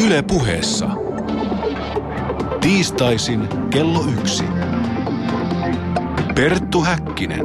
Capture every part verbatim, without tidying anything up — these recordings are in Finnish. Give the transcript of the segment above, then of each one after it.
Yle Puheessa. Tiistaisin kello yksi. Perttu Häkkinen.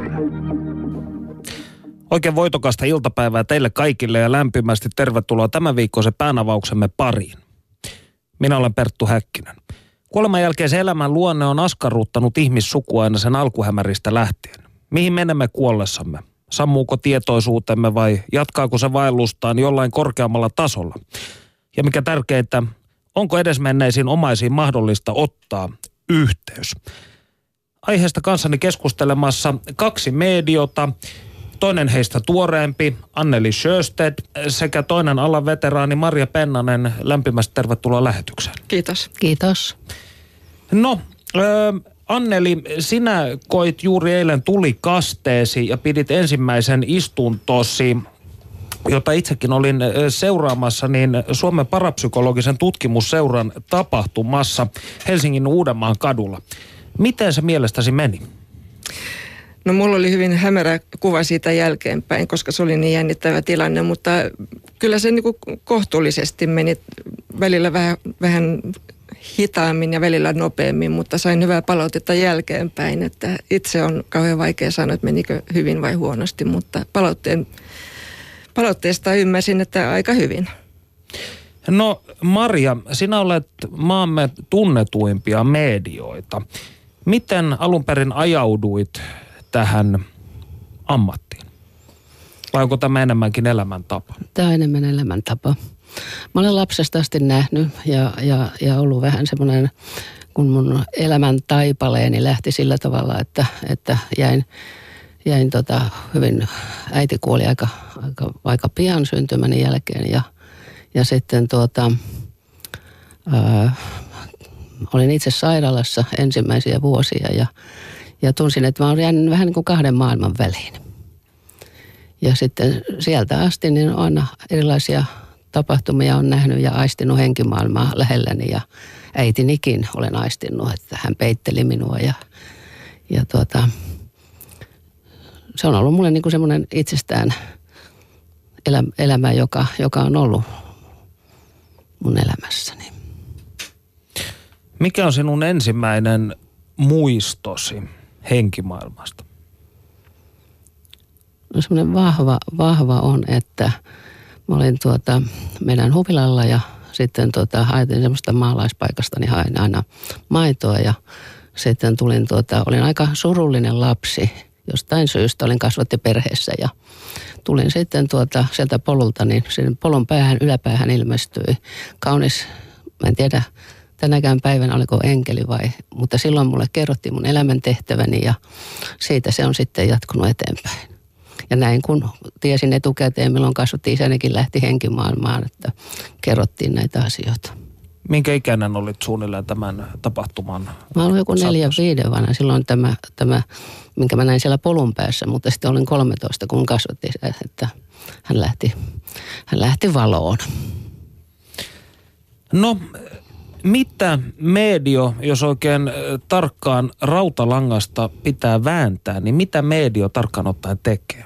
Oikein voitokasta iltapäivää teille kaikille ja lämpimästi tervetuloa tämän viikkoisen päänavauksemme pariin. Minä olen Perttu Häkkinen. Kuoleman jälkeisen elämän luonne on askarruttanut ihmissukua aina sen alkuhämäristä lähtien. Mihin menemme kuollessamme? Sammuuko tietoisuutemme vai jatkaako se vaellustaan jollain korkeammalla tasolla? Ja mikä tärkeintä, onko edesmenneisiin omaisiin mahdollista ottaa yhteys? Aiheesta kanssani keskustelemassa kaksi mediota, toinen heistä tuoreempi, Anneli Sjöstedt, sekä toinen alan veteraani Marja Pennanen. Lämpimästi tervetuloa lähetykseen. Kiitos. Kiitos. No, äh, Anneli, sinä koit juuri eilen tulikasteesi ja pidit ensimmäisen istuntosi, jota itsekin olin seuraamassa, niin Suomen parapsykologisen tutkimusseuran tapahtumassa Helsingin Uudenmaan kadulla. Miten se mielestäsi meni? No mulla oli hyvin hämärä kuva siitä jälkeenpäin, koska se oli niin jännittävä tilanne, mutta kyllä se niin kuin kohtuullisesti meni välillä vähän, vähän hitaammin ja välillä nopeammin, mutta sain hyvää palautetta jälkeenpäin, että itse on kauhean vaikea sanoa, että menikö hyvin vai huonosti, mutta palautteen, palautteesta ymmärsin, että aika hyvin. No Marja, sinä olet maamme tunnetuimpia medioita. Miten alun perin ajauduit tähän ammattiin? Vai onko tämä enemmänkin elämäntapa? Tämä on enemmän elämäntapa. Mä olen lapsesta asti nähnyt ja, ja, ja ollut vähän semmoinen, kun mun elämän taipaleeni lähti sillä tavalla, että, että jäin, jäin tota hyvin, äiti kuoli aika, aika, aika pian syntymäni jälkeen ja, ja sitten tuota, ää, olin itse sairaalassa ensimmäisiä vuosia ja, ja tunsin, että mä olen jäänyt vähän niin kuin kahden maailman väliin. Ja sitten sieltä asti niin on aina erilaisia tapahtumia on nähnyt ja aistinut henkimaailmaa lähelläni ja äitinikin olen aistinut, että hän peitteli minua ja, ja tuota, se on ollut mulle niin kuin semmoinen itsestään elä, elämä, joka, joka on ollut mun elämässäni. Mikä on sinun ensimmäinen muistosi henkimaailmasta? No semmoinen vahva, vahva on, että mä olin tuota meidän huvilalla ja sitten tuota haetin semmoista maalaispaikasta, niin hain aina maitoa ja sitten tulin tuota, olin aika surullinen lapsi. Jostain syystä olin kasvattiperheessä ja tulin sitten tuota sieltä polulta, niin sen polun päähän, yläpäähän ilmestyi kaunis, mä en tiedä tänäkään päivänä oliko enkeli vai, mutta silloin mulle kerrottiin mun elämäntehtäväni ja siitä se on sitten jatkunut eteenpäin. Ja näin kun tiesin etukäteen, milloin kasvatti-isänikin lähti henkimaailmaan, että kerrottiin näitä asioita. Minkä ikäinen olit suunnilleen tämän tapahtuman? Mä olin joku neljä viiden vanha. Silloin tämä, tämä, minkä mä näin siellä polun päässä, mutta sitten olin kolmetoista, kun kasvatti, että hän lähti, hän lähti valoon. No, mitä medio, jos oikein tarkkaan rautalangasta pitää vääntää, niin mitä medio tarkkaan ottaen tekee?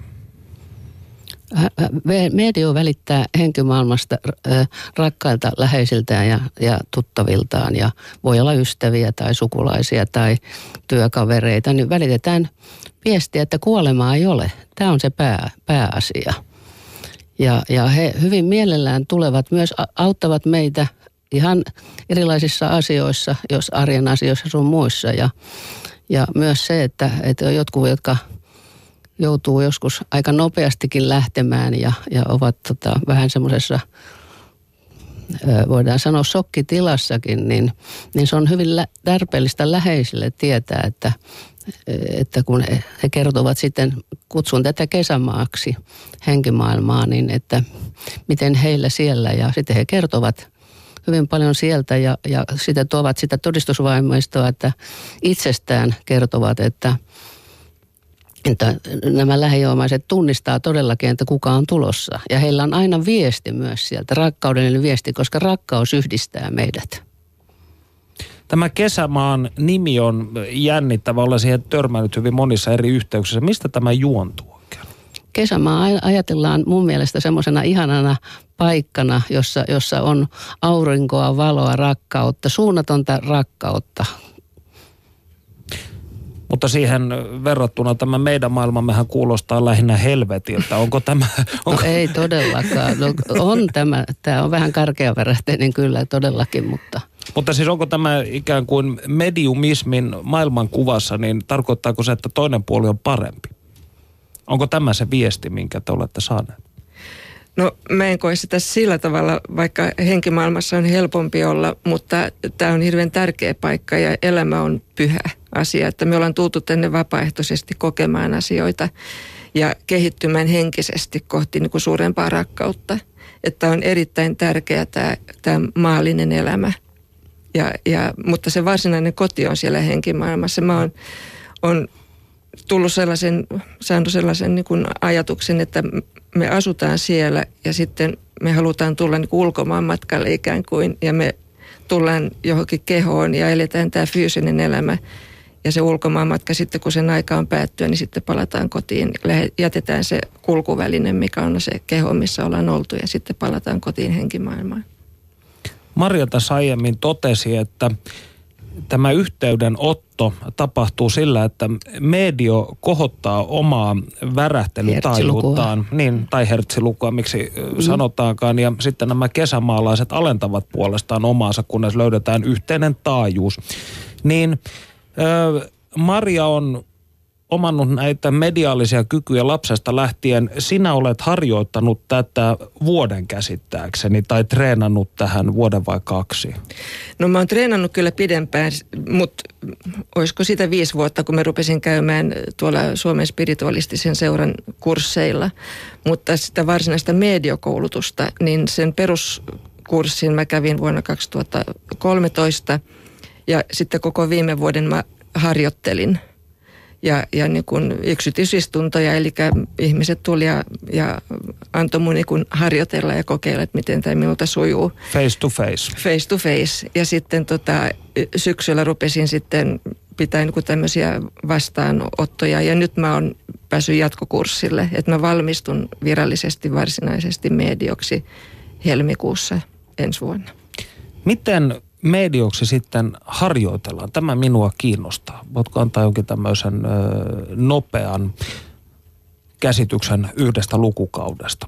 Medio välittää henkimaailmasta rakkailta läheisiltään ja, ja tuttaviltaan ja voi olla ystäviä tai sukulaisia tai työkavereita, niin välitetään viestiä, että kuolemaa ei ole. Tämä on se pää, pääasia. Ja, ja he hyvin mielellään tulevat myös, auttavat meitä ihan erilaisissa asioissa, jos arjen asioissa sun muissa. Ja, ja myös se, että, että jotkut, jotka joutuu joskus aika nopeastikin lähtemään ja, ja ovat tota, vähän semmoisessa, voidaan sanoa shokkitilassakin, niin, niin se on hyvin lä- tarpeellista läheisille tietää, että, että kun he, he kertovat sitten, kutsun tätä kesämaaksi henkimaailmaa, niin että miten heillä siellä ja sitten he kertovat hyvin paljon sieltä ja, ja sitä tuovat sitä todistusvaimeistoa, että itsestään kertovat, että että nämä lähiomaiset tunnistaa todellakin, että kuka on tulossa. Ja heillä on aina viesti myös sieltä, rakkaudellinen viesti, koska rakkaus yhdistää meidät. Tämä kesämaan nimi on jännittävä, olla siihen törmännyt hyvin monissa eri yhteyksissä. Mistä tämä juontuu oikein? kesämaa ajatellaan mun mielestä semmoisena ihanana paikkana, jossa, jossa on aurinkoa, valoa, rakkautta, suunnatonta rakkautta. Mutta siihen verrattuna tämä meidän maailmammehän kuulostaa lähinnä helvetiltä. Onko tämä... Onko... No ei todellakaan. No, on tämä. Tämä on vähän karkeaverähteinen kyllä todellakin, mutta... Mutta siis onko tämä ikään kuin mediumismin maailmankuvassa, niin tarkoittaako se, että toinen puoli on parempi? Onko tämä se viesti, minkä te olette saaneet? No mä en koe sitä sillä tavalla, vaikka henkimaailmassa on helpompi olla, mutta tämä on hirveän tärkeä paikka ja elämä on pyhä asia. Että me ollaan tultu tänne vapaaehtoisesti kokemaan asioita ja kehittymään henkisesti kohti niin kuin suurempaa rakkautta. Että on erittäin tärkeä tämä, tämä maallinen elämä. Ja, ja, mutta se varsinainen koti on siellä henkimaailmassa. Mä oon, on tullut sellaisen, saanut sellaisen niin kuin ajatuksen, että me asutaan siellä ja sitten me halutaan tulla niin kuin ulkomaan matkalle ikään kuin ja me tullaan johonkin kehoon ja eletään tämä fyysinen elämä ja se ulkomaan matka sitten kun sen aika on päättyä, niin sitten palataan kotiin, jätetään se kulkuväline, mikä on se keho, missä ollaan oltu ja sitten palataan kotiin henkimaailmaan. Marja tässä aiemmin totesi, että tämä yhteydenotto tapahtuu sillä, että medio kohottaa omaa värähtelytaajuuttaan, niin, tai hertsilukua, miksi mm. sanotaankaan, ja sitten nämä kesämaalaiset alentavat puolestaan omaansa, kunnes löydetään yhteinen taajuus. Niin äh, Marja on omannut näitä mediaalisia kykyjä lapsesta lähtien. Sinä olet harjoittanut tätä vuoden käsittääkseni tai treenannut tähän vuoden vai kaksi? No mä oon treenannut kyllä pidempään, mutta olisiko sitä viisi vuotta, kun mä rupesin käymään tuolla Suomen spiritualistisen seuran kursseilla. Mutta sitä varsinaista mediokoulutusta, niin sen peruskurssin mä kävin vuonna kaksituhattakolmetoista ja sitten koko viime vuoden mä harjoittelin. Ja, ja niin kuin yksityisistuntoja, eli ihmiset tuli ja, ja antoi mun niin kuin harjoitella ja kokeilla, että miten tämä minulta sujuu. Face to face. Face to face. Ja sitten tota, syksyllä rupesin sitten pitää niin kuin tämmöisiä vastaanottoja. Ja nyt mä oon päässyt jatkokurssille, että mä valmistun virallisesti varsinaisesti medioksi helmikuussa ensi vuonna. Miten medioksi sitten harjoitellaan? Tämä minua kiinnostaa. Voitko antaa jonkin tämmöisen ö, nopean käsityksen yhdestä lukukaudesta?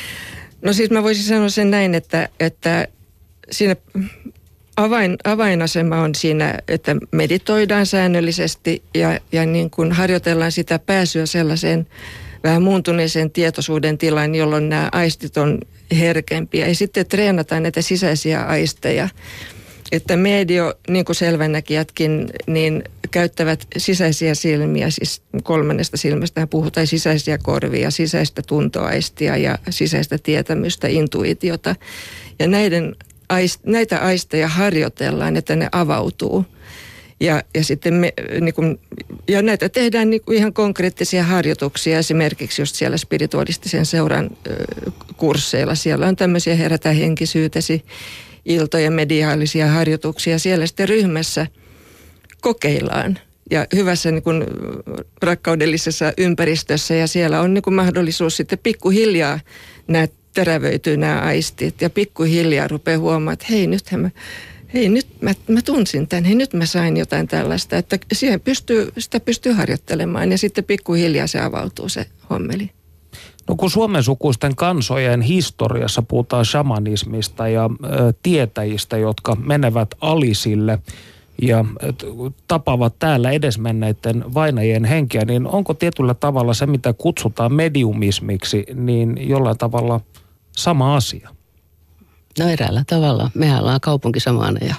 No siis mä voisin sanoa sen näin, että, että siinä avain, avainasema on siinä, että meditoidaan säännöllisesti ja, ja niin kuin harjoitellaan sitä pääsyä sellaiseen vähän muuntuneeseen tietoisuuden tilaan, jolloin nämä aistit on herkempiä. Ja sitten treenataan näitä sisäisiä aisteja. Että medio, niin kuin selvänäkijätkin, niin käyttävät sisäisiä silmiä, siis kolmannesta silmästä puhutaan sisäisiä korvia, sisäistä tuntoaistia ja sisäistä tietämystä, intuitiota. Ja näiden, näitä aisteja harjoitellaan, että ne avautuu. Ja, ja, sitten me, niin kuin, ja näitä tehdään niin kuin ihan konkreettisia harjoituksia, esimerkiksi just siellä spiritualistisen seuran ö, kursseilla. Siellä on tämmöisiä herätä henkisyytesi iltoja, mediaalisia harjoituksia. Siellä sitten ryhmässä kokeillaan ja hyvässä niin kuin rakkaudellisessa ympäristössä ja siellä on niin kuin mahdollisuus sitten pikkuhiljaa nämä terävöityy nämä aistit ja pikkuhiljaa rupeaa huomaamaan, että hei nythän mä, hei nyt mä, mä tunsin tämän, hei nyt mä sain jotain tällaista, että siihen pystyy, sitä pystyy harjoittelemaan ja sitten pikkuhiljaa se avautuu se hommeli. No kun Suomen sukuisten kansojen historiassa puhutaan shamanismista ja ö, tietäjistä, jotka menevät alisille ja ö, tapavat täällä edesmenneiden vainajien henkiä, niin onko tietyllä tavalla se, mitä kutsutaan mediumismiksi, niin jollain tavalla sama asia? No eräällä tavalla. Mehän ollaan kaupunkisamaneja.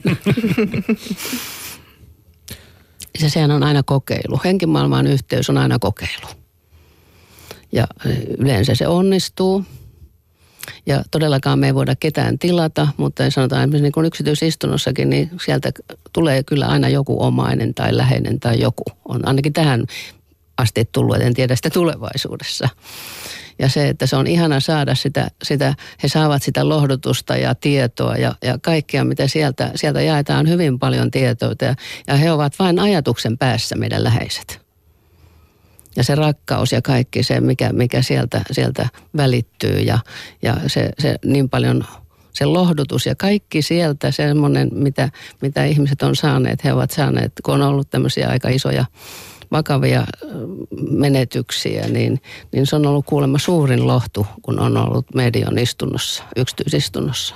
Ja sehän on aina kokeilu. Henkimaailman yhteys on aina kokeilu. Ja yleensä se onnistuu. Ja todellakaan me ei voida ketään tilata, mutta sanotaan esimerkiksi niin kuin yksityisistunnossakin, niin sieltä tulee kyllä aina joku omainen tai läheinen tai joku. On ainakin tähän asti tullut, en tiedä sitä tulevaisuudessa. Ja se, että se on ihana saada sitä, sitä he saavat sitä lohdutusta ja tietoa ja, ja kaikkea, mitä sieltä, sieltä jaetaan hyvin paljon tietoa. Ja, ja he ovat vain ajatuksen päässä meidän läheiset. ja se rakkaus ja kaikki se, mikä, mikä sieltä, sieltä välittyy ja, ja se, se niin paljon, se lohdutus ja kaikki sieltä semmoinen, mitä, mitä ihmiset on saaneet, he ovat saaneet, kun on ollut tämmöisiä aika isoja vakavia menetyksiä, niin, niin se on ollut kuulemma suurin lohtu, kun on ollut median istunnossa, yksityisistunnossa.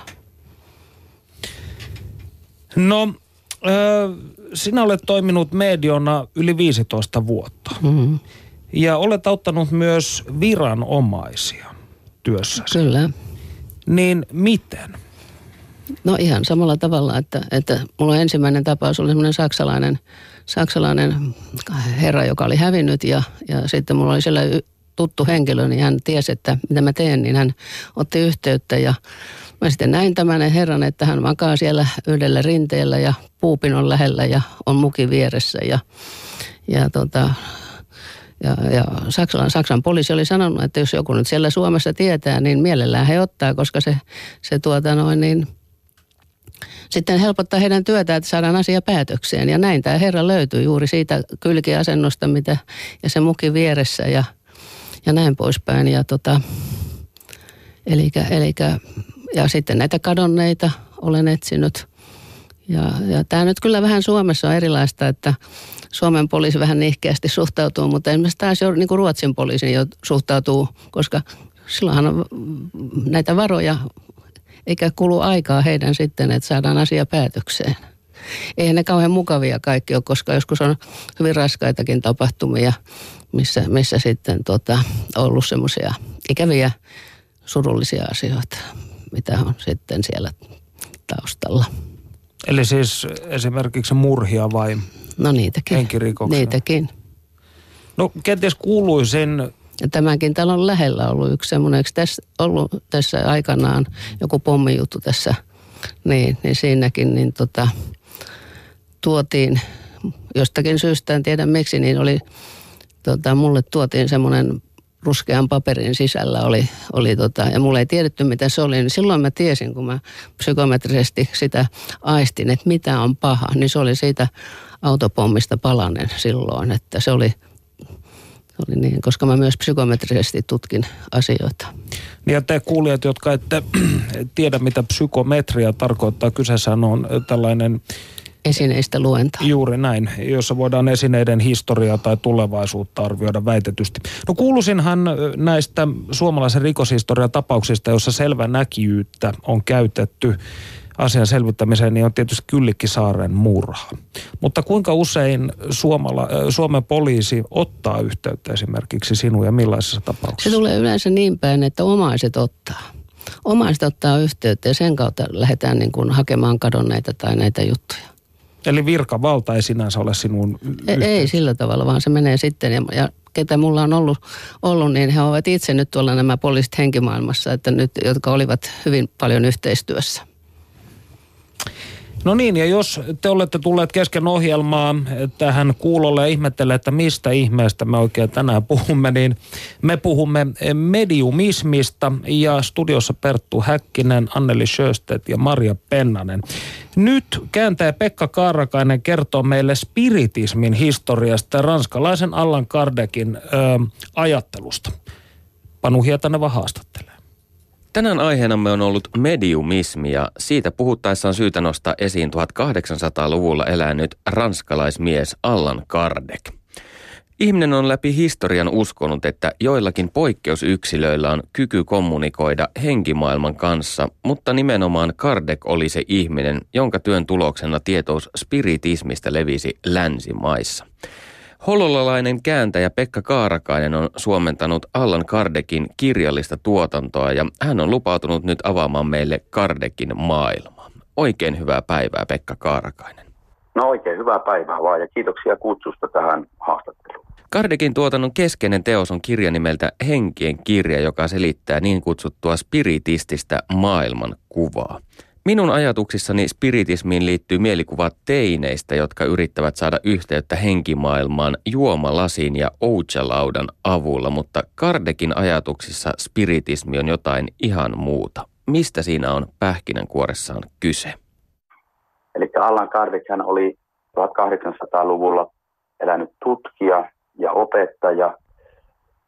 No, äh, sinä olet toiminut mediona yli viisitoista vuotta. Mm-hmm. Ja olet auttanut myös viranomaisia työssäsi. Kyllä. Niin miten? No ihan samalla tavalla, että, että mulla ensimmäinen tapaus oli semmoinen saksalainen, saksalainen herra, joka oli hävinnyt ja, ja sitten mulla oli siellä tuttu henkilö, niin hän tiesi, että mitä mä teen, niin hän otti yhteyttä ja mä sitten näin tämän herran, että hän makaa siellä yhdellä rinteellä ja puupin on lähellä ja on muki vieressä ja, ja tota... Ja, ja Saksan, Saksan poliisi oli sanonut, että jos joku nyt siellä Suomessa tietää, niin mielellään he ottaa, koska se, se tuota noin niin, sitten helpottaa heidän työtään, että saadaan asia päätökseen. Ja näin tämä herra löytyi juuri siitä kylkiasennosta, mitä, ja se muki vieressä ja, ja näin poispäin. Ja tota, elikkä, elikkä, ja sitten näitä kadonneita olen etsinyt. Ja, ja tämä nyt kyllä vähän Suomessa on erilaista, että Suomen poliisi vähän nihkeästi suhtautuu, mutta esimerkiksi taas jo niin kuin Ruotsin poliisi jo suhtautuu, koska silloinhan on näitä varoja, eikä kulu aikaa heidän sitten, että saadaan asia päätökseen. Eihän ne kauhean mukavia kaikki ole, koska joskus on hyvin raskaitakin tapahtumia, missä, missä sitten tota, on ollut semmoisia ikäviä, surullisia asioita, mitä on sitten siellä taustalla. Eli siis esimerkiksi murhia vai no niitäkin, henkirikoksia? Niitäkin. No kenties kuuluisin... Ja tämänkin talon lähellä ollut yksi semmoinen, eikö tässä ollut tässä aikanaan joku pommijuttu tässä, niin, niin siinäkin niin tota, tuotiin jostakin syystä, en tiedä miksi, niin oli, tota, mulle tuotiin semmoinen ruskean paperin sisällä oli, oli tota, ja mulle ei tiedetty mitä se oli, niin silloin mä tiesin, kun mä psykometrisesti sitä aistin, että mitä on paha, niin se oli siitä autopommista palanen silloin, että se oli, se oli niin, koska mä myös psykometrisesti tutkin asioita. Niin ja te kuulijat, jotka ette tiedä mitä psykometria tarkoittaa, kyseessä on tällainen esineistä luenta. Juuri näin, jossa voidaan esineiden historiaa tai tulevaisuutta arvioida väitetysti. No kuuluisinhan näistä suomalaisen rikoshistoriatapauksista, jossa selvänäkijyyttä on käytetty asian selvittämiseen, niin on tietysti Kyllikkisaaren murha. Mutta kuinka usein Suomala, Suomen poliisi ottaa yhteyttä esimerkiksi sinuun ja millaisessa tapauksessa? Se tulee yleensä niin päin, että omaiset ottaa. Omaiset ottaa yhteyttä ja sen kautta lähdetään niin kuin hakemaan kadonneita tai näitä juttuja. Eli virkavalta ei sinänsä ole sinun yhteydessä? Ei sillä tavalla, vaan se menee sitten. Ja, ja ketä mulla on ollut, ollut, niin he ovat itse nyt tuolla nämä poliisit henkimaailmassa, että nyt, jotka olivat hyvin paljon yhteistyössä. No niin, ja jos te olette tulleet kesken ohjelmaa tähän kuulolle ja ihmettelee, että mistä ihmeestä me oikein tänään puhumme, niin me puhumme mediumismista ja studiossa Perttu Häkkinen, Anneli Sjöstedt ja Maria Pennanen. Nyt kääntäjä Pekka Kaarakainen kertoo meille spiritismin historiasta ja ranskalaisen Allan Kardecin ö, ajattelusta. Panu Hietaneva haastattelee. Tänään aiheenamme on ollut mediumismi ja siitä puhuttaessa on syytä nostaa esiin tuhatkahdeksansataaluvulla elänyt ranskalaismies Allan Kardec. Ihminen on läpi historian uskonut, että joillakin poikkeusyksilöillä on kyky kommunikoida henkimaailman kanssa, mutta nimenomaan Kardec oli se ihminen, jonka työn tuloksena tietous spiritismistä levisi länsimaissa. Hollolalainen kääntäjä Pekka Kaarakainen on suomentanut Allan Kardecin kirjallista tuotantoa ja hän on lupautunut nyt avaamaan meille Kardecin maailmaa. Oikein hyvää päivää, Pekka Kaarakainen. No oikein hyvää päivää vaan ja kiitoksia kutsusta tähän haastatteluun. Kardecin tuotannon keskeinen teos on kirja nimeltä Henkien kirja, joka selittää niin kutsuttua spiritististä maailmankuvaa. Minun ajatuksissani spiritismiin liittyy mielikuva teineistä, jotka yrittävät saada yhteyttä henkimaailmaan juomalasin ja ouchalaudan avulla, mutta Kardecin ajatuksissa spiritismi on jotain ihan muuta. Mistä siinä on pähkinänkuoressaan kyse? Eli Allan Kardec hän oli tuhatkahdeksansataaluvulla elänyt tutkija ja opettaja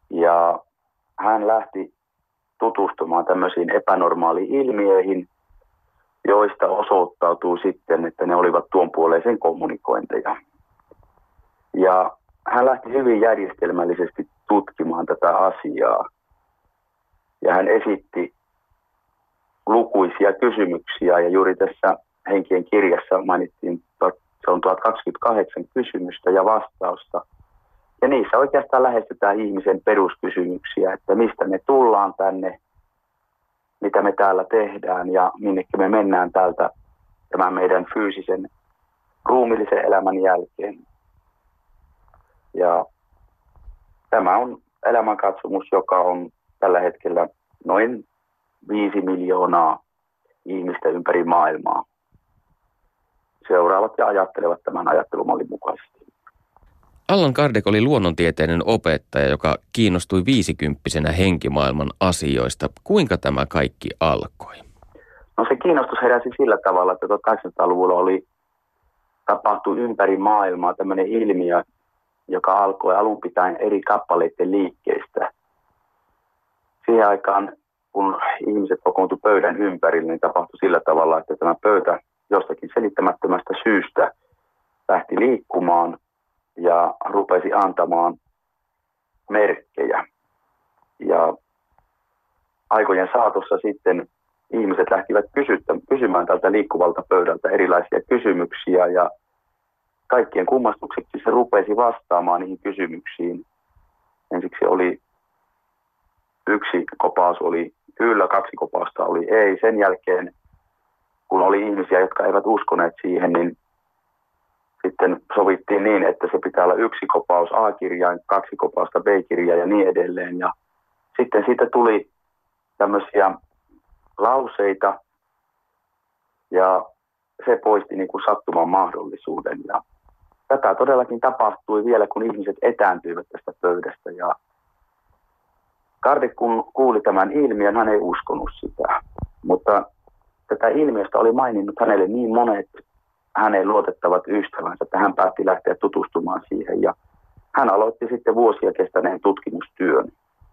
Ja hän lähti tutustumaan tämmöisiin epänormaaliin ilmiöihin, joista osoittautuu sitten, että ne olivat tuon puoleisen kommunikointeja. Ja hän lähti hyvin järjestelmällisesti tutkimaan tätä asiaa. Ja hän esitti lukuisia kysymyksiä, ja juuri tässä Henkien kirjassa mainittiin, se on tuhat kaksikymmentäkahdeksan kysymystä ja vastausta. Ja niissä oikeastaan lähestytään ihmisen peruskysymyksiä, että mistä me tullaan tänne, mitä me täällä tehdään ja minnekä me mennään täältä tämän meidän fyysisen, ruumiillisen elämän jälkeen. Ja tämä on elämänkatsomus, joka on tällä hetkellä noin viisi miljoonaa ihmistä ympäri maailmaa seuraavat ja ajattelevat tämän ajattelumallin mukaisesti. Allan Kardec oli luonnontieteinen opettaja, joka kiinnostui viisikymppisenä henkimaailman asioista. Kuinka tämä kaikki alkoi? No se kiinnostus heräsi sillä tavalla, että tuhatkahdeksansataaluvulla oli tapahtui ympäri maailmaa tämmöinen ilmiö, joka alkoi alun pitäen eri kappaleiden liikkeistä. Siihen aikaan, kun ihmiset kokoontui pöydän ympärille, niin tapahtui sillä tavalla, että tämä pöytä jostakin selittämättömästä syystä lähti liikkumaan ja rupesi antamaan merkkejä. Ja aikojen saatossa sitten ihmiset lähtivät kysymään tältä liikkuvalta pöydältä erilaisia kysymyksiä ja kaikkien kummastukseksi se rupesi vastaamaan niihin kysymyksiin. Ensiksi oli yksi kopaus oli kyllä, kaksi kopausta oli ei. Sen jälkeen, kun oli ihmisiä, jotka eivät uskoneet siihen, niin sitten sovittiin niin, että se pitää olla yksi kopaus A-kirjain, kaksi kopausta B-kirjaa ja niin edelleen. Ja sitten siitä tuli tämmöisiä lauseita ja se poisti niin kuin sattuman mahdollisuuden. Ja tätä todellakin tapahtui vielä, kun ihmiset etääntyivät tästä pöydästä. Ja Kardec, kun kuuli tämän ilmiön, hän ei uskonut sitä. Mutta tätä ilmiöstä oli maininnut hänelle niin monet hänen luotettavat ystävänsä, että hän päätti lähteä tutustumaan siihen. Ja hän aloitti sitten vuosia kestäneen tutkimustyön,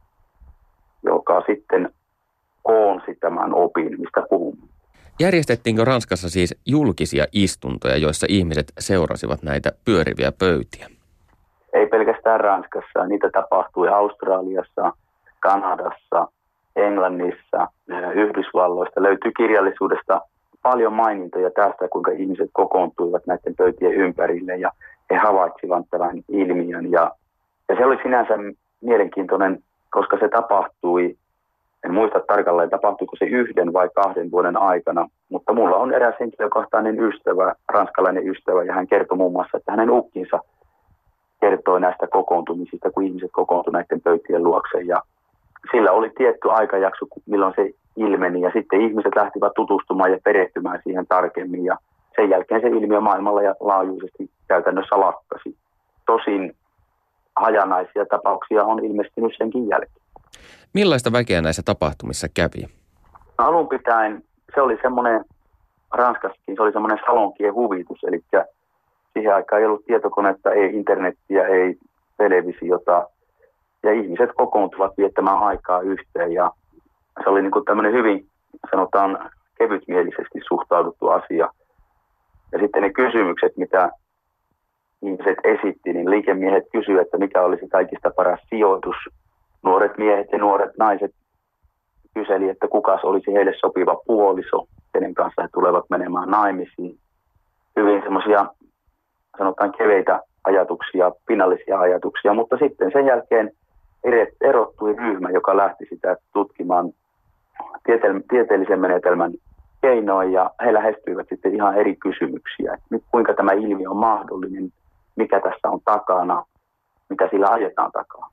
joka sitten koonsi tämän opin, mistä puhumme. Järjestettiinkö Ranskassa siis julkisia istuntoja, joissa ihmiset seurasivat näitä pyöriviä pöytiä? Ei pelkästään Ranskassa. Niitä tapahtui Australiassa, Kanadassa, Englannissa, Yhdysvalloista. Löytyy kirjallisuudesta paljon mainintoja tästä, kuinka ihmiset kokoontuivat näiden pöytien ympärille ja he havaitsivat tämän ilmiön. Ja, ja se oli sinänsä mielenkiintoinen, koska se tapahtui, en muista tarkalleen tapahtuiko se yhden vai kahden vuoden aikana, mutta mulla on eräs henkilökohtainen ystävä, ranskalainen ystävä, ja hän kertoi muun muassa, että hänen ukkinsa kertoi näistä kokoontumisista, kun ihmiset kokoontuivat näiden pöytien luokse. Ja sillä oli tietty aikajakso, milloin se ilmeni, ja sitten ihmiset lähtivät tutustumaan ja perehtymään siihen tarkemmin, ja sen jälkeen se ilmiö maailmalla ja laajuisesti käytännössä lakkasi. Tosin hajanaisia tapauksia on ilmestynyt senkin jälkeen. Millaista väkeä näissä tapahtumissa kävi? Alun pitäen se oli semmoinen, Ranskassakin se oli semmoinen salonkien huvitus, eli siihen aikaan ei ollut tietokonetta, ei internettiä, ei televisiota, ja ihmiset kokoontuvat viettämään aikaa yhteen, ja se oli niin kuin tämmöinen hyvin, sanotaan, kevytmielisesti suhtauduttu asia. Ja sitten ne kysymykset, mitä ihmiset esitti, niin liikemiehet kysyivät, että mikä olisi kaikista paras sijoitus. Nuoret miehet ja nuoret naiset kyseli, että kukas olisi heille sopiva puoliso, kenen kanssa he tulevat menemään naimisiin. Hyvin semmoisia, sanotaan, keveitä ajatuksia, pinnallisia ajatuksia, mutta sitten sen jälkeen erottui ryhmä, joka lähti sitä tutkimaan tiete- tieteellisen menetelmän keinoin, ja he lähestyivät sitten ihan eri kysymyksiä, että kuinka tämä ilmiö on mahdollinen, mikä tässä on takana, mitä sillä ajetaan takaa.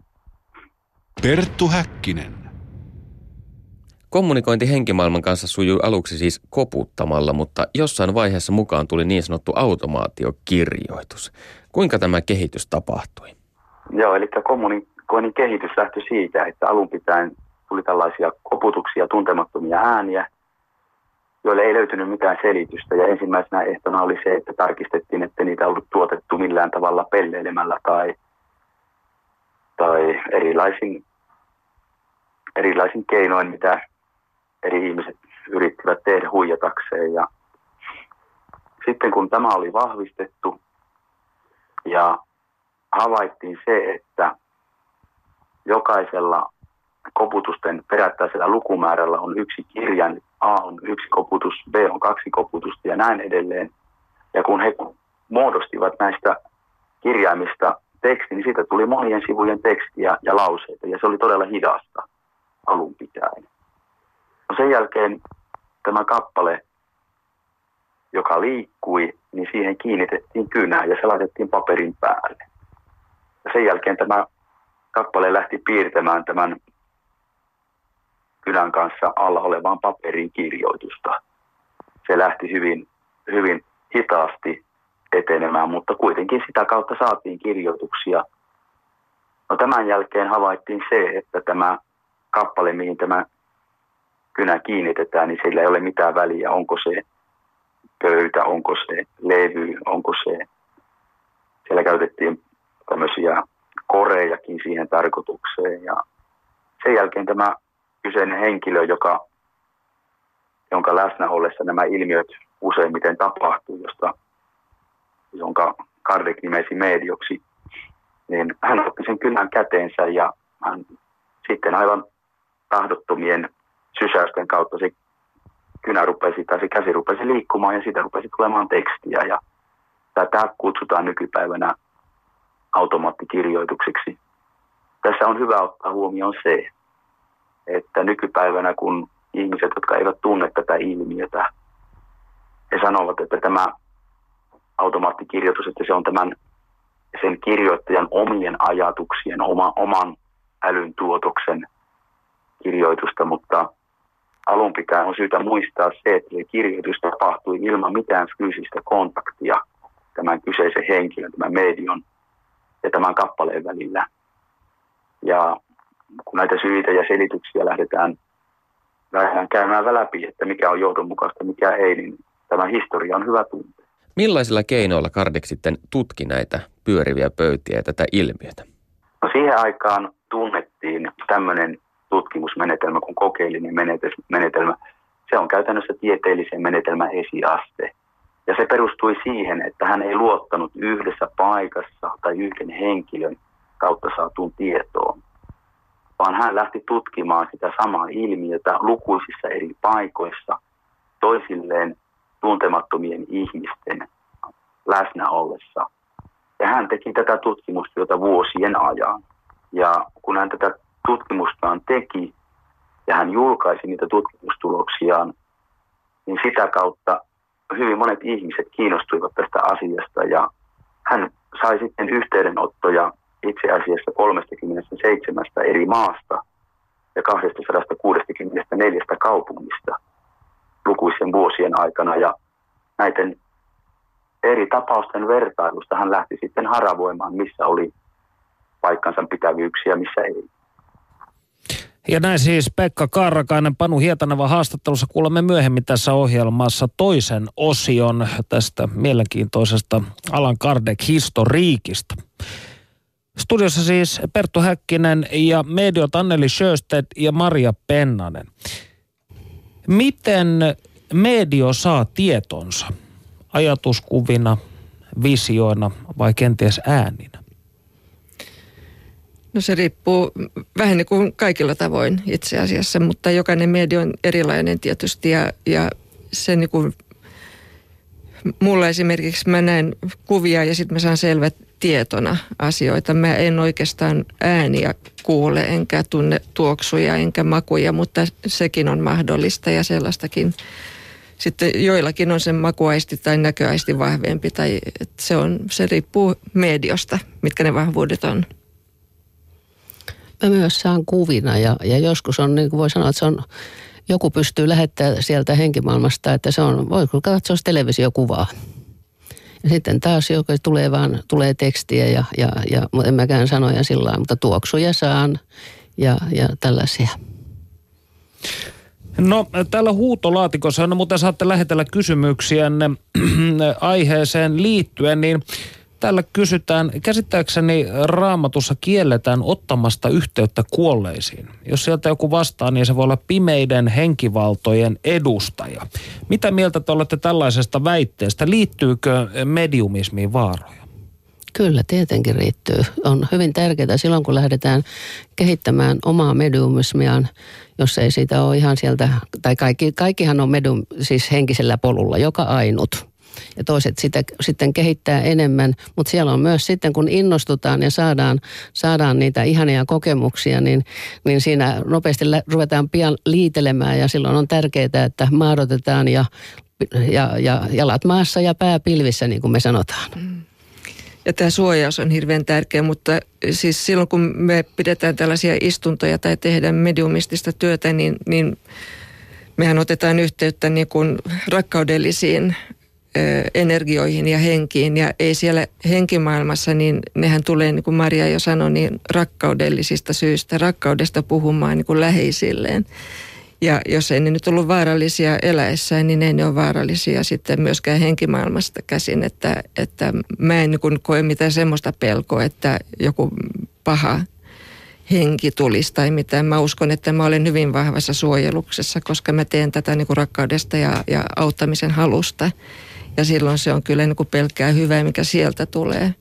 Perttu Häkkinen. Kommunikointi henkimaailman kanssa sujui aluksi siis koputtamalla, mutta jossain vaiheessa mukaan tuli niin sanottu automaatiokirjoitus. Kuinka tämä kehitys tapahtui? Joo, eli kommunikoinnin kehitys lähtyi siitä, että alun pitäen tuli tällaisia koputuksia, tuntemattomia ääniä, joille ei löytynyt mitään selitystä. Ja ensimmäisenä ehtona oli se, että tarkistettiin, että niitä ei ollut tuotettu millään tavalla pelleilemällä tai, tai erilaisin erilaisin keinoin, mitä eri ihmiset yrittivät tehdä huijatakseen. Ja sitten kun tämä oli vahvistettu ja havaittiin se, että jokaisella koputusten perättäisellä lukumäärällä on yksi kirjain, A on yksi koputus, B on kaksi koputusta ja näin edelleen. Ja kun he muodostivat näistä kirjaimista teksti, niin siitä tuli monien sivujen tekstiä ja lauseita, ja se oli todella hidasta alun pitäen. No sen jälkeen tämä kappale, joka liikkui, niin siihen kiinnitettiin kynää ja se laitettiin paperin päälle. Ja sen jälkeen tämä kappale lähti piirtämään tämän kynän kanssa alla olevaan paperin kirjoitusta. Se lähti hyvin, hyvin hitaasti etenemään, mutta kuitenkin sitä kautta saatiin kirjoituksia. No tämän jälkeen havaittiin se, että tämä kappale, mihin tämä kynä kiinnitetään, niin sillä ei ole mitään väliä, onko se pöytä, onko se levy, onko se... Siellä käytettiin tämmöisiä korejakin siihen tarkoitukseen. Ja sen jälkeen tämä kyseinen henkilö, joka, jonka läsnä ollessa nämä ilmiöt useimmiten tapahtuu, josta, jonka Kardec nimesi medioksi, niin hän otti sen kynän käteensä ja hän sitten aivan tahdottomien sysäysten kautta se kynä rupesi, tai se käsi rupesi liikkumaan ja siitä rupesi tulemaan tekstiä. Ja tätä kutsutaan nykypäivänä automaattikirjoitukseksi. Tässä on hyvä ottaa huomioon se, että nykypäivänä kun ihmiset, jotka eivät tunne tätä ilmiötä, he sanovat, että tämä automaattikirjoitus, että se on tämän sen kirjoittajan omien ajatuksien, oma, oman älyn tuotoksen kirjoitusta, mutta alun pitäen on syytä muistaa se, että se kirjoitus tapahtui ilman mitään fyysistä kontaktia tämän kyseisen henkilön, tämän medion ja tämän kappaleen välillä. Ja kun näitä syitä ja selityksiä lähdetään, lähdetään käymään läpi, että mikä on johdonmukaista, mikä ei, niin tämä historia on hyvä tuntea. Millaisilla keinoilla Kardec sitten tutki näitä pyöriviä pöytiä ja tätä ilmiötä? No siihen aikaan tunnettiin tämmöinen tutkimusmenetelmä kuin kokeellinen menetelmä. Se on käytännössä tieteellisen menetelmän esiaste. Ja se perustui siihen, että hän ei luottanut yhdessä paikassa tai yhden henkilön kautta saatuun tietoon, vaan hän lähti tutkimaan sitä samaa ilmiötä lukuisissa eri paikoissa toisilleen tuntemattomien ihmisten läsnä ollessa. Ja hän teki tätä tutkimustyötä vuosien ajan. Ja kun hän tätä tutkimustaan teki ja hän julkaisi niitä tutkimustuloksiaan, niin sitä kautta hyvin monet ihmiset kiinnostuivat tästä asiasta ja hän sai sitten yhteydenottoja itse asiassa kolmekymmentäseitsemän eri maasta ja kaksisataakuusikymmentäneljä kaupungista lukuisen vuosien aikana ja näiden eri tapausten vertailusta hän lähti sitten haravoimaan, missä oli paikkansa pitävyyksiä, missä ei. Ja näin siis Pekka Kaarrakainen Panu Hietanevan haastattelussa kuulemme myöhemmin tässä ohjelmassa toisen osion tästä mielenkiintoisesta Allan Kardec-historiikista. Studiossa siis Perttu Häkkinen ja mediot Anneli Sjöstedt ja Maria Pennanen. Miten medio saa tietonsa? Ajatuskuvina, visioina vai kenties ääninä? No se riippuu vähän niin kuin kaikilla tavoin itse asiassa, mutta jokainen media on erilainen tietysti ja, ja se niin kuin, mulla esimerkiksi mä näen kuvia ja sitten mä saan selvät tietona asioita. Mä en oikeastaan ääniä kuule, enkä tunne tuoksuja, enkä makuja, mutta sekin on mahdollista ja sellaistakin. Sitten joillakin on sen makuaisti tai näköaisti vahvempi, tai se, on, se riippuu mediosta, mitkä ne vahvuudet on. Mä myös saan kuvina ja, ja joskus on, niin kuin voi sanoa, että se on, joku pystyy lähettämään sieltä henkimaailmasta, että se on, voi katsoa televisiokuvaa. Ja sitten taas joka tulee vaan, tulee tekstiä ja, ja, ja en mäkään sanoja sillä lailla, mutta tuoksuja saan ja, ja tällaisia. No täällä huutolaatikossa, no mutta saatte lähetellä kysymyksiänne aiheeseen liittyen, niin Täällä kysytään, käsittääkseni Raamatussa kielletään ottamasta yhteyttä kuolleisiin. Jos sieltä joku vastaa, niin se voi olla pimeiden henkivaltojen edustaja. Mitä mieltä te olette tällaisesta väitteestä? Liittyykö mediumismiin vaaroja? Kyllä, tietenkin riittyy. On hyvin tärkeää silloin, kun lähdetään kehittämään omaa mediumismiaan, jos ei siitä ole ihan sieltä, tai kaikki, kaikkihan on medium, siis henkisellä polulla, joka ainut. Ja toiset sitä sitten kehittää enemmän, mutta siellä on myös sitten, kun innostutaan ja saadaan, saadaan niitä ihania kokemuksia, niin, niin siinä nopeasti lä- ruvetaan pian liitelemään ja silloin on tärkeää, että maadotetaan ja, ja, ja jalat maassa ja pää pilvissä, niin kuin me sanotaan. Ja tämä suojaus on hirveän tärkeä, mutta siis silloin kun me pidetään tällaisia istuntoja tai tehdään mediumistista työtä, niin, niin mehän otetaan yhteyttä niin kuin rakkaudellisiin energioihin ja henkiin, ja ei siellä henkimaailmassa, niin nehän tulee, niin kuin Maria jo sanoi, niin rakkaudellisista syistä, rakkaudesta puhumaan niin kuin läheisilleen. Ja jos ei ne nyt ollut vaarallisia eläessään, niin ei ne ole vaarallisia sitten myöskään henkimaailmasta käsin, että, että mä en niin kuin koe mitään semmoista pelkoa, että joku paha henki tulisi tai mitään. Mä uskon, että mä olen hyvin vahvassa suojeluksessa, koska mä teen tätä niin kuin rakkaudesta ja, ja auttamisen halusta. Ja silloin se on kyllä niin kuin pelkkää hyvää, mikä sieltä tulee.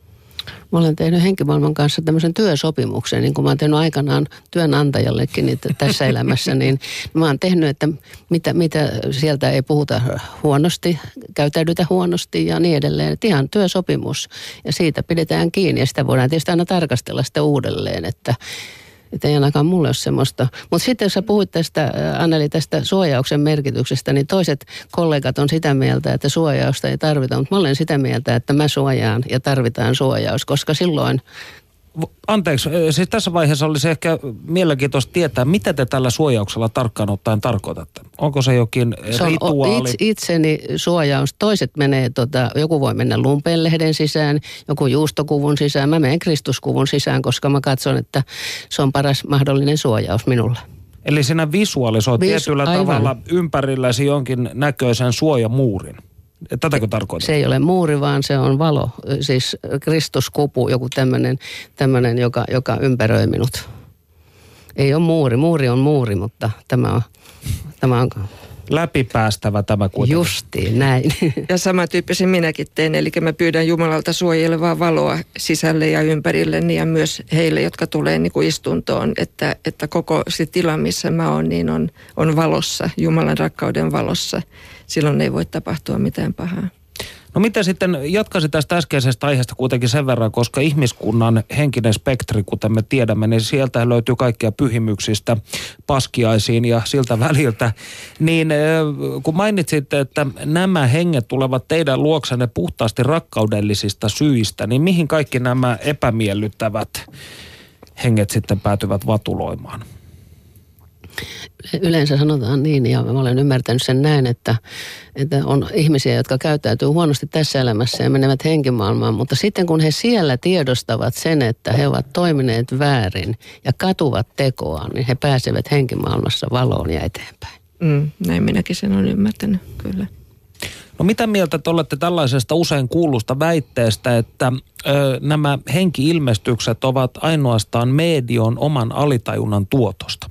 Mä olen tehnyt henkimaailman kanssa tämmöisen työsopimuksen, niin kuin mä oon tehnyt aikanaan työnantajallekin niin tässä elämässä, niin mä oon tehnyt, että mitä, mitä sieltä ei puhuta huonosti, käytäydytä huonosti ja niin edelleen. Että ihan työsopimus ja siitä pidetään kiinni ja sitä voidaan tietysti aina tarkastella sitten uudelleen, että Että ei ainakaan mulle ole semmoista. Mutta sitten jos sä puhuit tästä, Anneli, tästä suojauksen merkityksestä, niin toiset kollegat on sitä mieltä, että suojausta ei tarvita. Mutta mä olen sitä mieltä, että mä suojaan ja tarvitaan suojaus, koska silloin... Anteeksi, siis tässä vaiheessa olisi ehkä mielenkiintoista tietää, mitä te tällä suojauksella tarkkaan ottaen tarkoitatte. Onko se jokin se on rituaali? Itse, itseni suojaus. Toiset menee, tota, joku voi mennä lumpeenlehden sisään, joku juustokuvun sisään. Mä menen Kristuskuvun sisään, koska mä katson, että se on paras mahdollinen suojaus minulle. Eli sinä visualisoit Visu, tietyllä aivan. tavalla ympärilläsi jonkin näköisen suojamuurin. Tätäkö tarkoittaa? Se ei ole muuri, vaan se on valo. Siis Kristuskupu, joku tämmöinen, tämmöinen joka, joka ympäröi minut. Ei ole muuri. Muuri on muuri, mutta tämä on... Tämä on läpipäästävä tämä kuitenkin. Justiin, näin. Ja samantyyppisen minäkin teen, eli mä pyydän Jumalalta suojelevaa valoa sisälle ja ympärilleni ja myös heille, jotka tulee niin kuin istuntoon, että, että koko se tila, missä mä oon, niin on, on valossa, Jumalan rakkauden valossa. Silloin ei voi tapahtua mitään pahaa. No miten sitten, jatkaisin tästä äskeisestä aiheesta kuitenkin sen verran, koska ihmiskunnan henkinen spektri, kuten me tiedämme, niin sieltä löytyy kaikkia pyhimyksistä paskiaisiin ja siltä väliltä. Niin kun mainitsit, että nämä henget tulevat teidän luoksenne puhtaasti rakkaudellisista syistä, niin mihin kaikki nämä epämiellyttävät henget sitten päätyvät vatuloimaan? Yleensä sanotaan niin, ja mä olen ymmärtänyt sen näin, että, että on ihmisiä, jotka käyttäytyy huonosti tässä elämässä ja menevät henkimaailmaan, mutta sitten kun he siellä tiedostavat sen, että he ovat toimineet väärin ja katuvat tekoaan, niin he pääsevät henkimaailmassa valoon ja eteenpäin. Mm, näin minäkin sen olen ymmärtänyt, kyllä. No mitä mieltä te olette tällaisesta usein kuulusta väitteestä, että ö, nämä henki-ilmestykset ovat ainoastaan median oman alitajunnan tuotosta?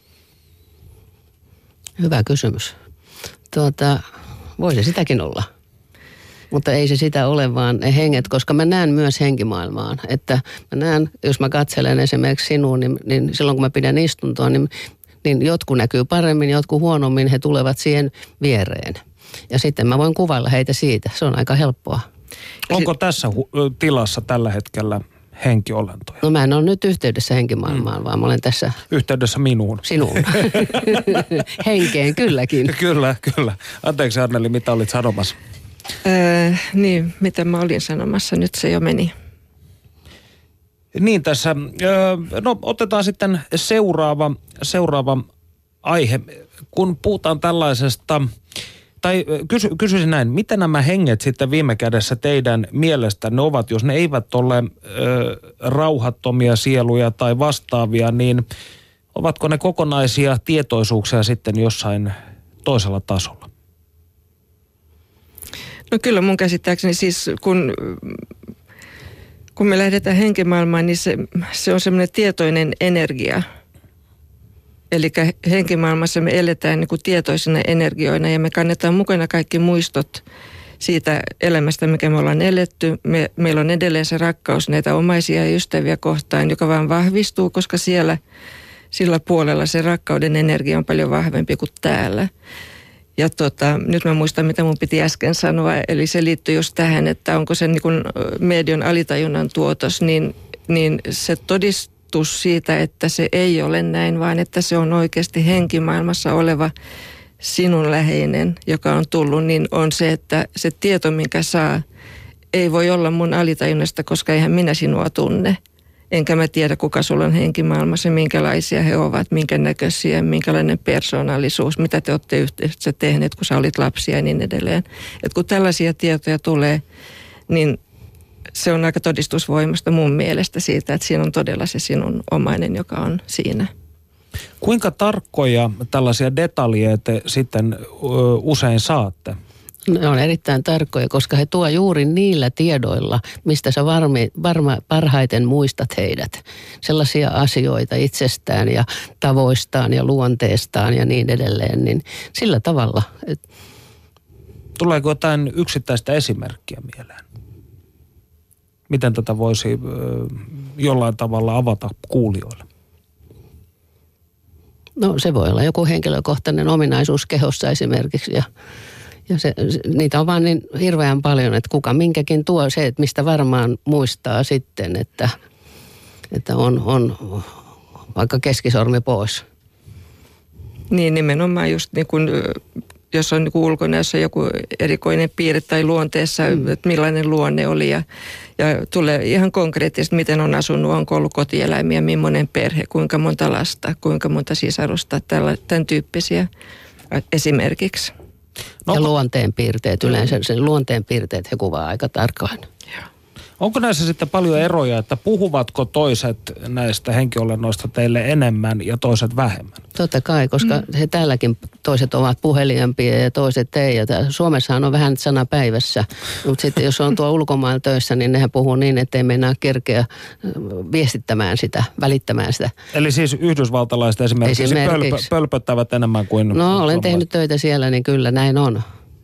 Hyvä kysymys. Tuota, voisi sitäkin olla. Mutta ei se sitä ole, vaan ne henget, koska mä näen myös henkimaailmaan. Että mä näen, jos mä katselen esimerkiksi sinua, niin, niin silloin kun mä pidän istuntoa, niin, niin jotkut näkyy paremmin, jotkut huonommin, he tulevat siihen viereen. Ja sitten mä voin kuvailla heitä siitä. Se on aika helppoa. Onko tässä hu- tilassa tällä hetkellä henkiolentoja? No mä en ole nyt yhteydessä henkimaailmaan, mm. vaan mä olen tässä... Yhteydessä minuun. Sinuun. Henkeen kylläkin. Kyllä, kyllä. Anteeksi Anneli, mitä olit sanomassa? Öö, niin, mitä mä olin sanomassa, nyt se jo meni. Niin tässä, öö, no otetaan sitten seuraava, seuraava aihe. Kun puhutaan tällaisesta... Tai kysy, kysyisin näin, mitä nämä henget sitten viime kädessä teidän mielestänne ovat, jos ne eivät ole ö, rauhattomia sieluja tai vastaavia, niin ovatko ne kokonaisia tietoisuuksia sitten jossain toisella tasolla? No kyllä mun käsittääkseni siis kun kun me lähdetään henkimaailmaan, niin se, se on semmoinen tietoinen energia. Eli henkimaailmassa me eletään niin kuin tietoisina energioina ja me kannetaan mukana kaikki muistot siitä elämästä, mikä me ollaan eletty. Me, meillä on edelleen se rakkaus näitä omaisia ja ystäviä kohtaan, joka vaan vahvistuu, koska siellä sillä puolella se rakkauden energia on paljon vahvempi kuin täällä. Ja tota, nyt mä muistan, mitä mun piti äsken sanoa, eli se liittyy just tähän, että onko se niin kuin median alitajunnan tuotos, niin, niin se todistus siitä, että se ei ole näin, vaan että se on oikeasti henkimaailmassa oleva sinun läheinen, joka on tullut, niin on se, että se tieto, minkä saa, ei voi olla mun alitajunnasta, koska eihän minä sinua tunne. Enkä mä tiedä, kuka sulla on henkimaailmassa, minkälaisia he ovat, minkä näköisiä, minkälainen persoonallisuus, mitä te olette yhteydessä tehneet, kun sä olit lapsia ja niin edelleen. Et kun tällaisia tietoja tulee, niin se on aika todistusvoimasta mun mielestä siitä, että siinä on todella se sinun omainen, joka on siinä. Kuinka tarkkoja tällaisia detaljeja te sitten ö, usein saatte? Ne on erittäin tarkkoja, koska he tuo juuri niillä tiedoilla, mistä sä varmi, varma, parhaiten muistat heidät. Sellaisia asioita itsestään ja tavoistaan ja luonteestaan ja niin edelleen, niin sillä tavalla. Tuleeko jotain yksittäistä esimerkkiä mieleen? Miten tätä voisi ö, jollain tavalla avata kuulijoille? No se voi olla joku henkilökohtainen ominaisuus kehossa esimerkiksi ja Ja se, niitä on vaan niin hirveän paljon, että kuka minkäkin tuo se, että mistä varmaan muistaa sitten, että, että on, on vaikka keskisormi pois. Niin nimenomaan just niin kuin, jos on niin kuin ulkonäössä joku erikoinen piirre tai luonteessa, mm. että millainen luonne oli ja, ja tulee ihan konkreettisesti, miten on asunut, onko ollut kotieläimiä, millainen perhe, kuinka monta lasta, kuinka monta sisarusta, tällä, tämän tyyppisiä esimerkiksi. No, ja luonteenpiirteet, yleensä sen luonteenpiirteet he kuvaa aika tarkkaan. Onko näissä sitten paljon eroja, että puhuvatko toiset näistä henkiolennoista teille enemmän ja toiset vähemmän? Totta kai, koska mm. he täälläkin toiset ovat puheliampia ja toiset ei. Ja Suomessahan on vähän sana päivässä, mutta sitten jos on tuo ulkomailla töissä, niin nehän puhuu niin, ettei meinaa kerkeä viestittämään sitä, välittämään sitä. Eli siis yhdysvaltalaiset esimerkiksi, esimerkiksi. Pölpö, pölpöttävät enemmän kuin... No olen tehnyt töitä siellä, niin kyllä näin on.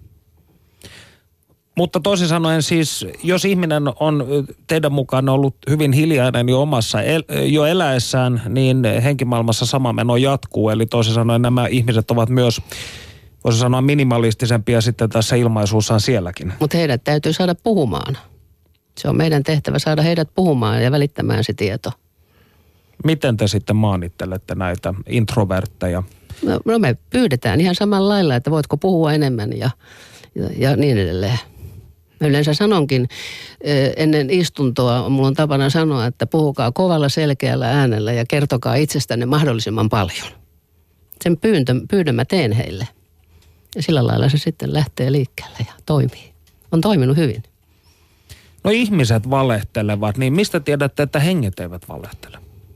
Mutta toisin sanoen siis, jos ihminen on teidän mukaan ollut hyvin hiljainen jo omassa el, jo eläessään, niin henkimaailmassa sama meno jatkuu. Eli toisin sanoen nämä ihmiset ovat myös, voisi sanoa, minimalistisempia sitten tässä ilmaisuussaan sielläkin. Mutta heidät täytyy saada puhumaan. Se on meidän tehtävä saada heidät puhumaan ja välittämään se tieto. Miten te sitten maanittelette näitä introvertteja? No, no me pyydetään ihan samalla lailla, että voitko puhua enemmän ja, ja, ja niin edelleen. Mä yleensä sanonkin ennen istuntoa, mulla on tapana sanoa, että puhukaa kovalla selkeällä äänellä ja kertokaa itsestänne mahdollisimman paljon. Sen pyyntö, pyydön mä teen heille. Ja sillä lailla se sitten lähtee liikkeelle ja toimii. On toiminut hyvin. No ihmiset valehtelevat, niin mistä tiedätte, että henget eivät valehtele?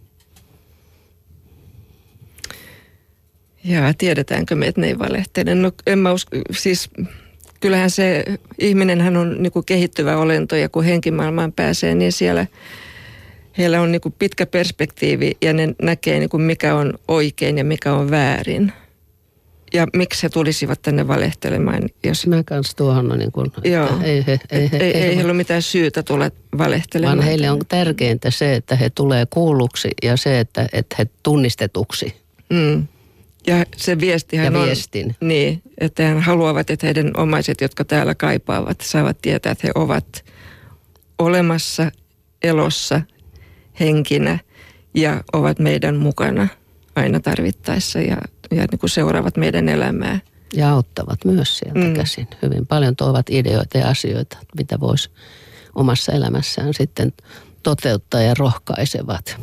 Jaa, tiedetäänkö me, että ne ei valehtele? No en mä usko, siis... Kyllähän se ihminenhän on niin kuin kehittyvä olento ja kun henkimaailmaan pääsee, niin siellä heillä on niin kuin pitkä perspektiivi ja ne näkee niin kuin mikä on oikein ja mikä on väärin. Ja miksi he tulisivat tänne valehtelemaan? Jos... Mä kanssa tuohon on niin kuin, Joo, ei, he, ei, he, ei, ei heillä ole mitään syytä tulla valehtelemaan. Vaan heille on tärkeintä se, että he tulee kuulluksi ja se, että, että he tunnistetuksi. Mm. Ja se viestihän ja on, viestin. Niin, että he haluavat, että heidän omaiset, jotka täällä kaipaavat, saavat tietää, että he ovat olemassa, elossa, henkinä ja ovat meidän mukana aina tarvittaessa ja, ja niin kuin seuraavat meidän elämää. Ja auttavat myös sieltä mm. käsin. Hyvin paljon tuovat ideoita ja asioita, mitä voisi omassa elämässään sitten toteuttaa ja rohkaisevat.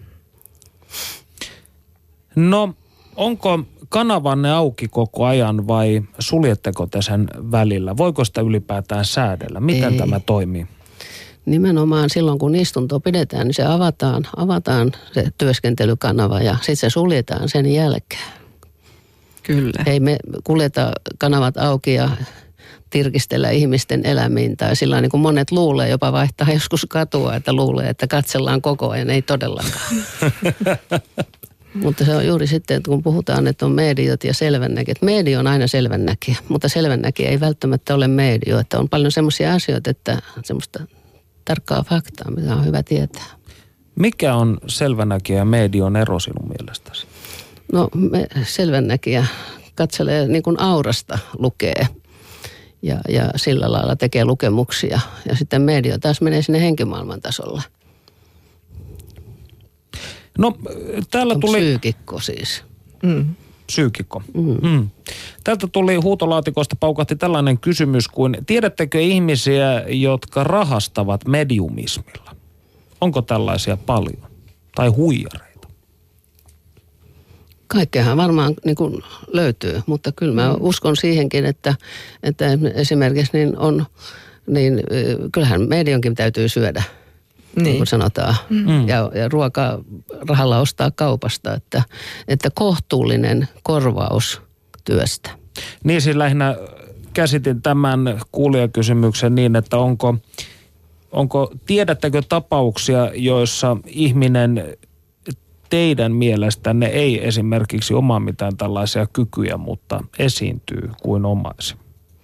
No... Onko kanavanne auki koko ajan vai suljetteko te sen välillä? Voiko sitä ylipäätään säädellä? Miten Ei. tämä toimii? Nimenomaan silloin, kun istunto pidetään, niin se avataan, avataan se työskentelykanava ja sitten se suljetaan sen jälkeen. Kyllä. Ei me kuljeta kanavat auki ja tirkistellä ihmisten elämiin. Tai sillä niin kuin monet luulee, jopa vaihtaa joskus katua, että luulee, että katsellaan koko ajan, ei todellakaan. Mutta se on juuri sitten, että kun puhutaan, että on mediot ja selvännäkijät. Medio on aina selvännäkijä, mutta selvännäkijä ei välttämättä ole medio. Että on paljon semmoisia asioita, että semmoista tarkkaa faktaa, mitä on hyvä tietää. Mikä on selvännäkijä ja medion ero sinun mielestäsi? No me, selvännäkijä katselee niin kuin aurasta lukee ja, ja sillä lailla tekee lukemuksia. Ja sitten medio taas menee sinne henkimaailman tasolla. No täällä on tuli... Psyykikko siis. Mm. Psyykikko. Mm. Mm. Täältä tuli huutolaatikosta paukahti tällainen kysymys kuin, tiedättekö ihmisiä, jotka rahastavat mediumismilla? Onko tällaisia paljon? Tai huijareita? Kaikkeahan varmaan niin kuin löytyy, mutta kyllä mä mm. uskon siihenkin, että, että esimerkiksi niin on, niin kyllähän medionkin täytyy syödä. Niin. niin kuin sanotaan, mm. ja, ja ruokaa rahalla ostaa kaupasta, että, että kohtuullinen korvaus työstä. Niin siis lähinnä käsitin tämän kuulijakysymyksen niin, että onko, onko, tiedättekö tapauksia, joissa ihminen teidän mielestänne ei esimerkiksi omaa mitään tällaisia kykyjä, mutta esiintyy kuin omaisi?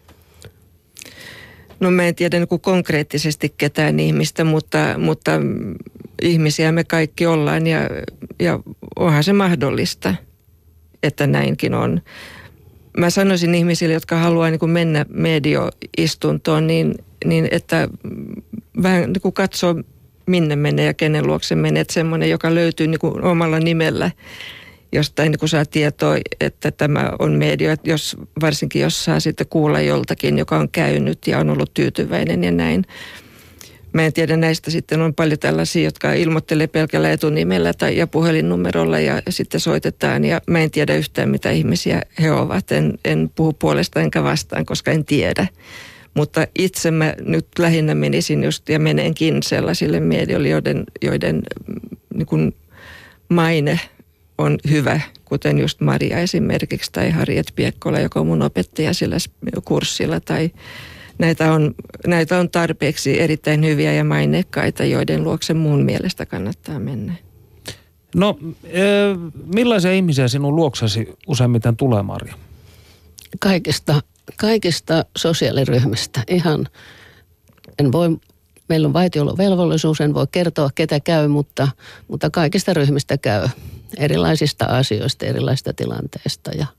No mä en tiedä niin kuin konkreettisesti ketään ihmistä, mutta, mutta ihmisiä me kaikki ollaan ja, ja onhan se mahdollista, että näinkin on. Mä sanoisin ihmisille, jotka haluaa niin kuin mennä medioistuntoon, niin, niin että vähän niin kuin katsoo minne menee ja kenen luokse menee. Että semmoinen, joka löytyy niin kuin omalla nimellä, jostain niin kun saa tietoa, että tämä on media, että jos, varsinkin jos saa sitten kuulla joltakin, joka on käynyt ja on ollut tyytyväinen ja näin. Mä en tiedä, näistä sitten on paljon tällaisia, jotka ilmoittelee pelkällä etunimellä tai ja puhelinnumerolla ja sitten soitetaan. Ja mä en tiedä yhtään, mitä ihmisiä he ovat. En, en puhu puolesta enkä vastaan, koska en tiedä. Mutta itse mä nyt lähinnä menisin just ja menenkin sellaisille medioille, joiden, joiden niin kuin maine on hyvä, kuten just Maria esimerkiksi tai Harriet Piekkola, joka on mun opettaja sillä kurssilla. Tai näitä on, näitä on tarpeeksi erittäin hyviä ja maineikkaita, joiden luokse mun mielestä kannattaa mennä. No, millaisia ihmisiä sinun luoksesi useimmiten tulee, Maria? Kaikista, kaikista sosiaaliryhmistä. Ihan, en voi, meillä on vaitiolovelvollisuus, en voi kertoa ketä käy, mutta, mutta kaikista ryhmistä käy. Erilaisista asioista, erilaisista tilanteista ja,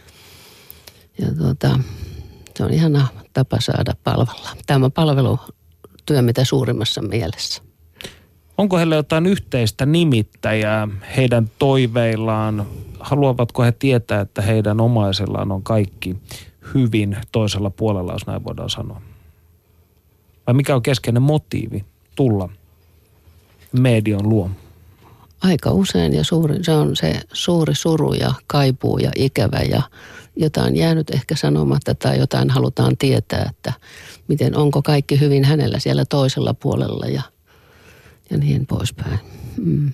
ja tuota, se on ihana tapa saada palvella. Tämä on palvelutyö mitä suurimmassa mielessä. Onko heillä jotain yhteistä nimittäjää heidän toiveillaan? Haluavatko he tietää, että heidän omaisillaan on kaikki hyvin toisella puolella, jos näin voidaan sanoa? Vai mikä on keskeinen motiivi tulla median luo? Aika usein ja suuri, se on se suuri suru ja kaipuu ja ikävä ja jotain jäänyt ehkä sanomatta tai jotain halutaan tietää, että miten onko kaikki hyvin hänellä siellä toisella puolella ja, ja niin poispäin. Mm.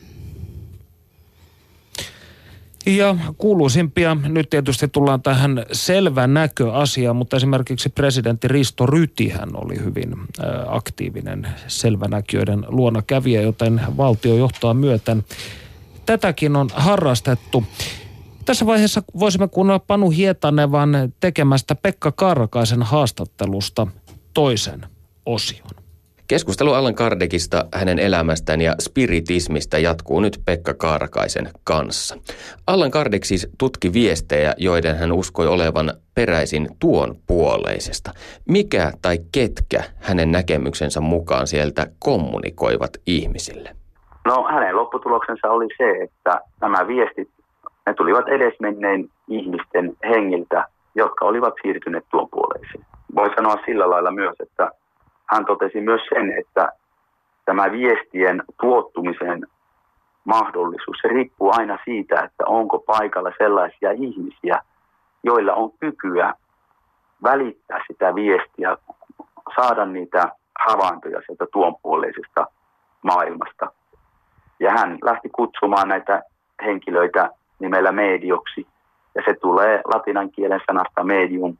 Ja kuuluisimpia, nyt tietysti tullaan tähän selvänäköasiaan, mutta esimerkiksi presidentti Risto Rytihän oli hyvin aktiivinen selvänäkijöiden luona kävijä, joten valtiojohtoa myöten tätäkin on harrastettu. Tässä vaiheessa voisimme kuunnella Panu Hietanevan tekemästä Pekka Kaarakaisen haastattelusta toisen osion. Keskustelu Allan Kardecista, hänen elämästään ja spiritismistä jatkuu nyt Pekka Kaarakaisen kanssa. Allan Kardec siis tutki viestejä, joiden hän uskoi olevan peräisin tuon puoleisesta. Mikä tai ketkä hänen näkemyksensä mukaan sieltä kommunikoivat ihmisille? No hänen lopputuloksensa oli se, että nämä viestit, ne tulivat edesmenneen ihmisten hengiltä, jotka olivat siirtyneet tuon puoleiseen. Voi sanoa sillä lailla myös, että hän totesi myös sen, että tämä viestien tuottumisen mahdollisuus, se riippuu aina siitä, että onko paikalla sellaisia ihmisiä, joilla on kykyä välittää sitä viestiä, saada niitä havaintoja sieltä tuonpuoleisesta maailmasta. Ja hän lähti kutsumaan näitä henkilöitä nimellä medioksi, ja se tulee latinan kielen sanasta medium,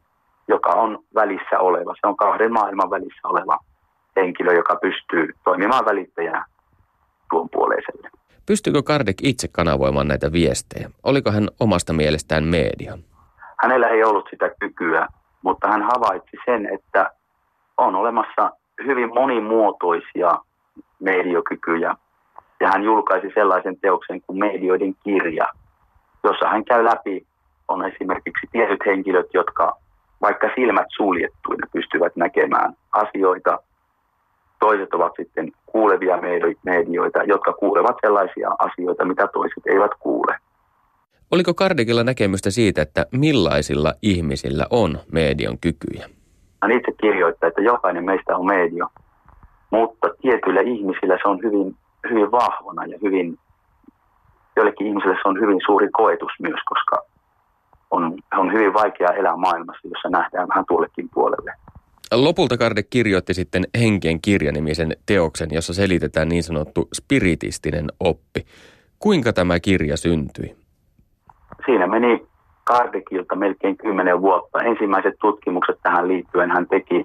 joka on välissä oleva. Se on kahden maailman välissä oleva henkilö, joka pystyy toimimaan välittäjänä tuon puoleiselle. Pystyykö Kardec itse kanavoimaan näitä viestejä? Oliko hän omasta mielestään media? Hänellä ei ollut sitä kykyä, mutta hän havaitsi sen, että on olemassa hyvin monimuotoisia mediokykyjä. Ja hän julkaisi sellaisen teoksen kuin Medioiden kirja, jossa hän käy läpi, on esimerkiksi tietyt henkilöt, jotka vaikka silmät suljettuina pystyvät näkemään asioita. Toiset ovat sitten kuulevia medioita, jotka kuulevat sellaisia asioita, mitä toiset eivät kuule. Oliko Kardecilla näkemystä siitä, että millaisilla ihmisillä on median kykyjä? Hän itse kirjoittaa, että jokainen meistä on medio, mutta tietyillä ihmisillä se on hyvin, hyvin vahvana ja hyvin, joillekin ihmisille se on hyvin suuri koetus myös, koska on, on hyvin vaikea elää maailmassa, jossa nähdään vähän tuollekin puolelle. Lopulta Kardec kirjoitti sitten Henkien kirja-nimisen teoksen, jossa selitetään niin sanottu spiritistinen oppi. Kuinka tämä kirja syntyi? Siinä meni Kardecilta melkein kymmenen vuotta. Ensimmäiset tutkimukset tähän liittyen hän teki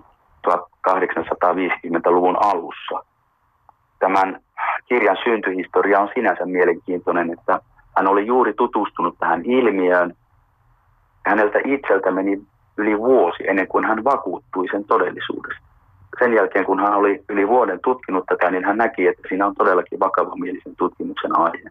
tuhatkahdeksansataaviisikymmentäluvun alussa. Tämän kirjan syntyhistoria on sinänsä mielenkiintoinen, että hän oli juuri tutustunut tähän ilmiöön. Häneltä itseltä meni yli vuosi ennen kuin hän vakuuttui sen todellisuudesta. Sen jälkeen, kun hän oli yli vuoden tutkinut tätä, niin hän näki, että siinä on todellakin vakavamielisen tutkimuksen aihe.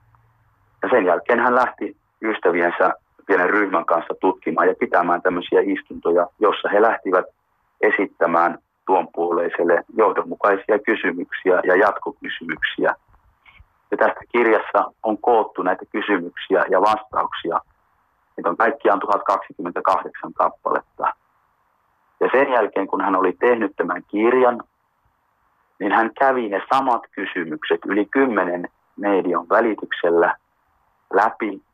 Ja sen jälkeen hän lähti ystäviensä pienen ryhmän kanssa tutkimaan ja pitämään tämmöisiä istuntoja, jossa he lähtivät esittämään tuonpuoleiselle johdonmukaisia kysymyksiä ja jatkokysymyksiä. Ja tästä kirjassa on koottu näitä kysymyksiä ja vastauksia. Niitä on kaikkiaan tuhat kaksikymmentäkahdeksan kappaletta. Ja sen jälkeen, kun hän oli tehnyt tämän kirjan, niin hän kävi ne samat kysymykset yli kymmenen median välityksellä läpi.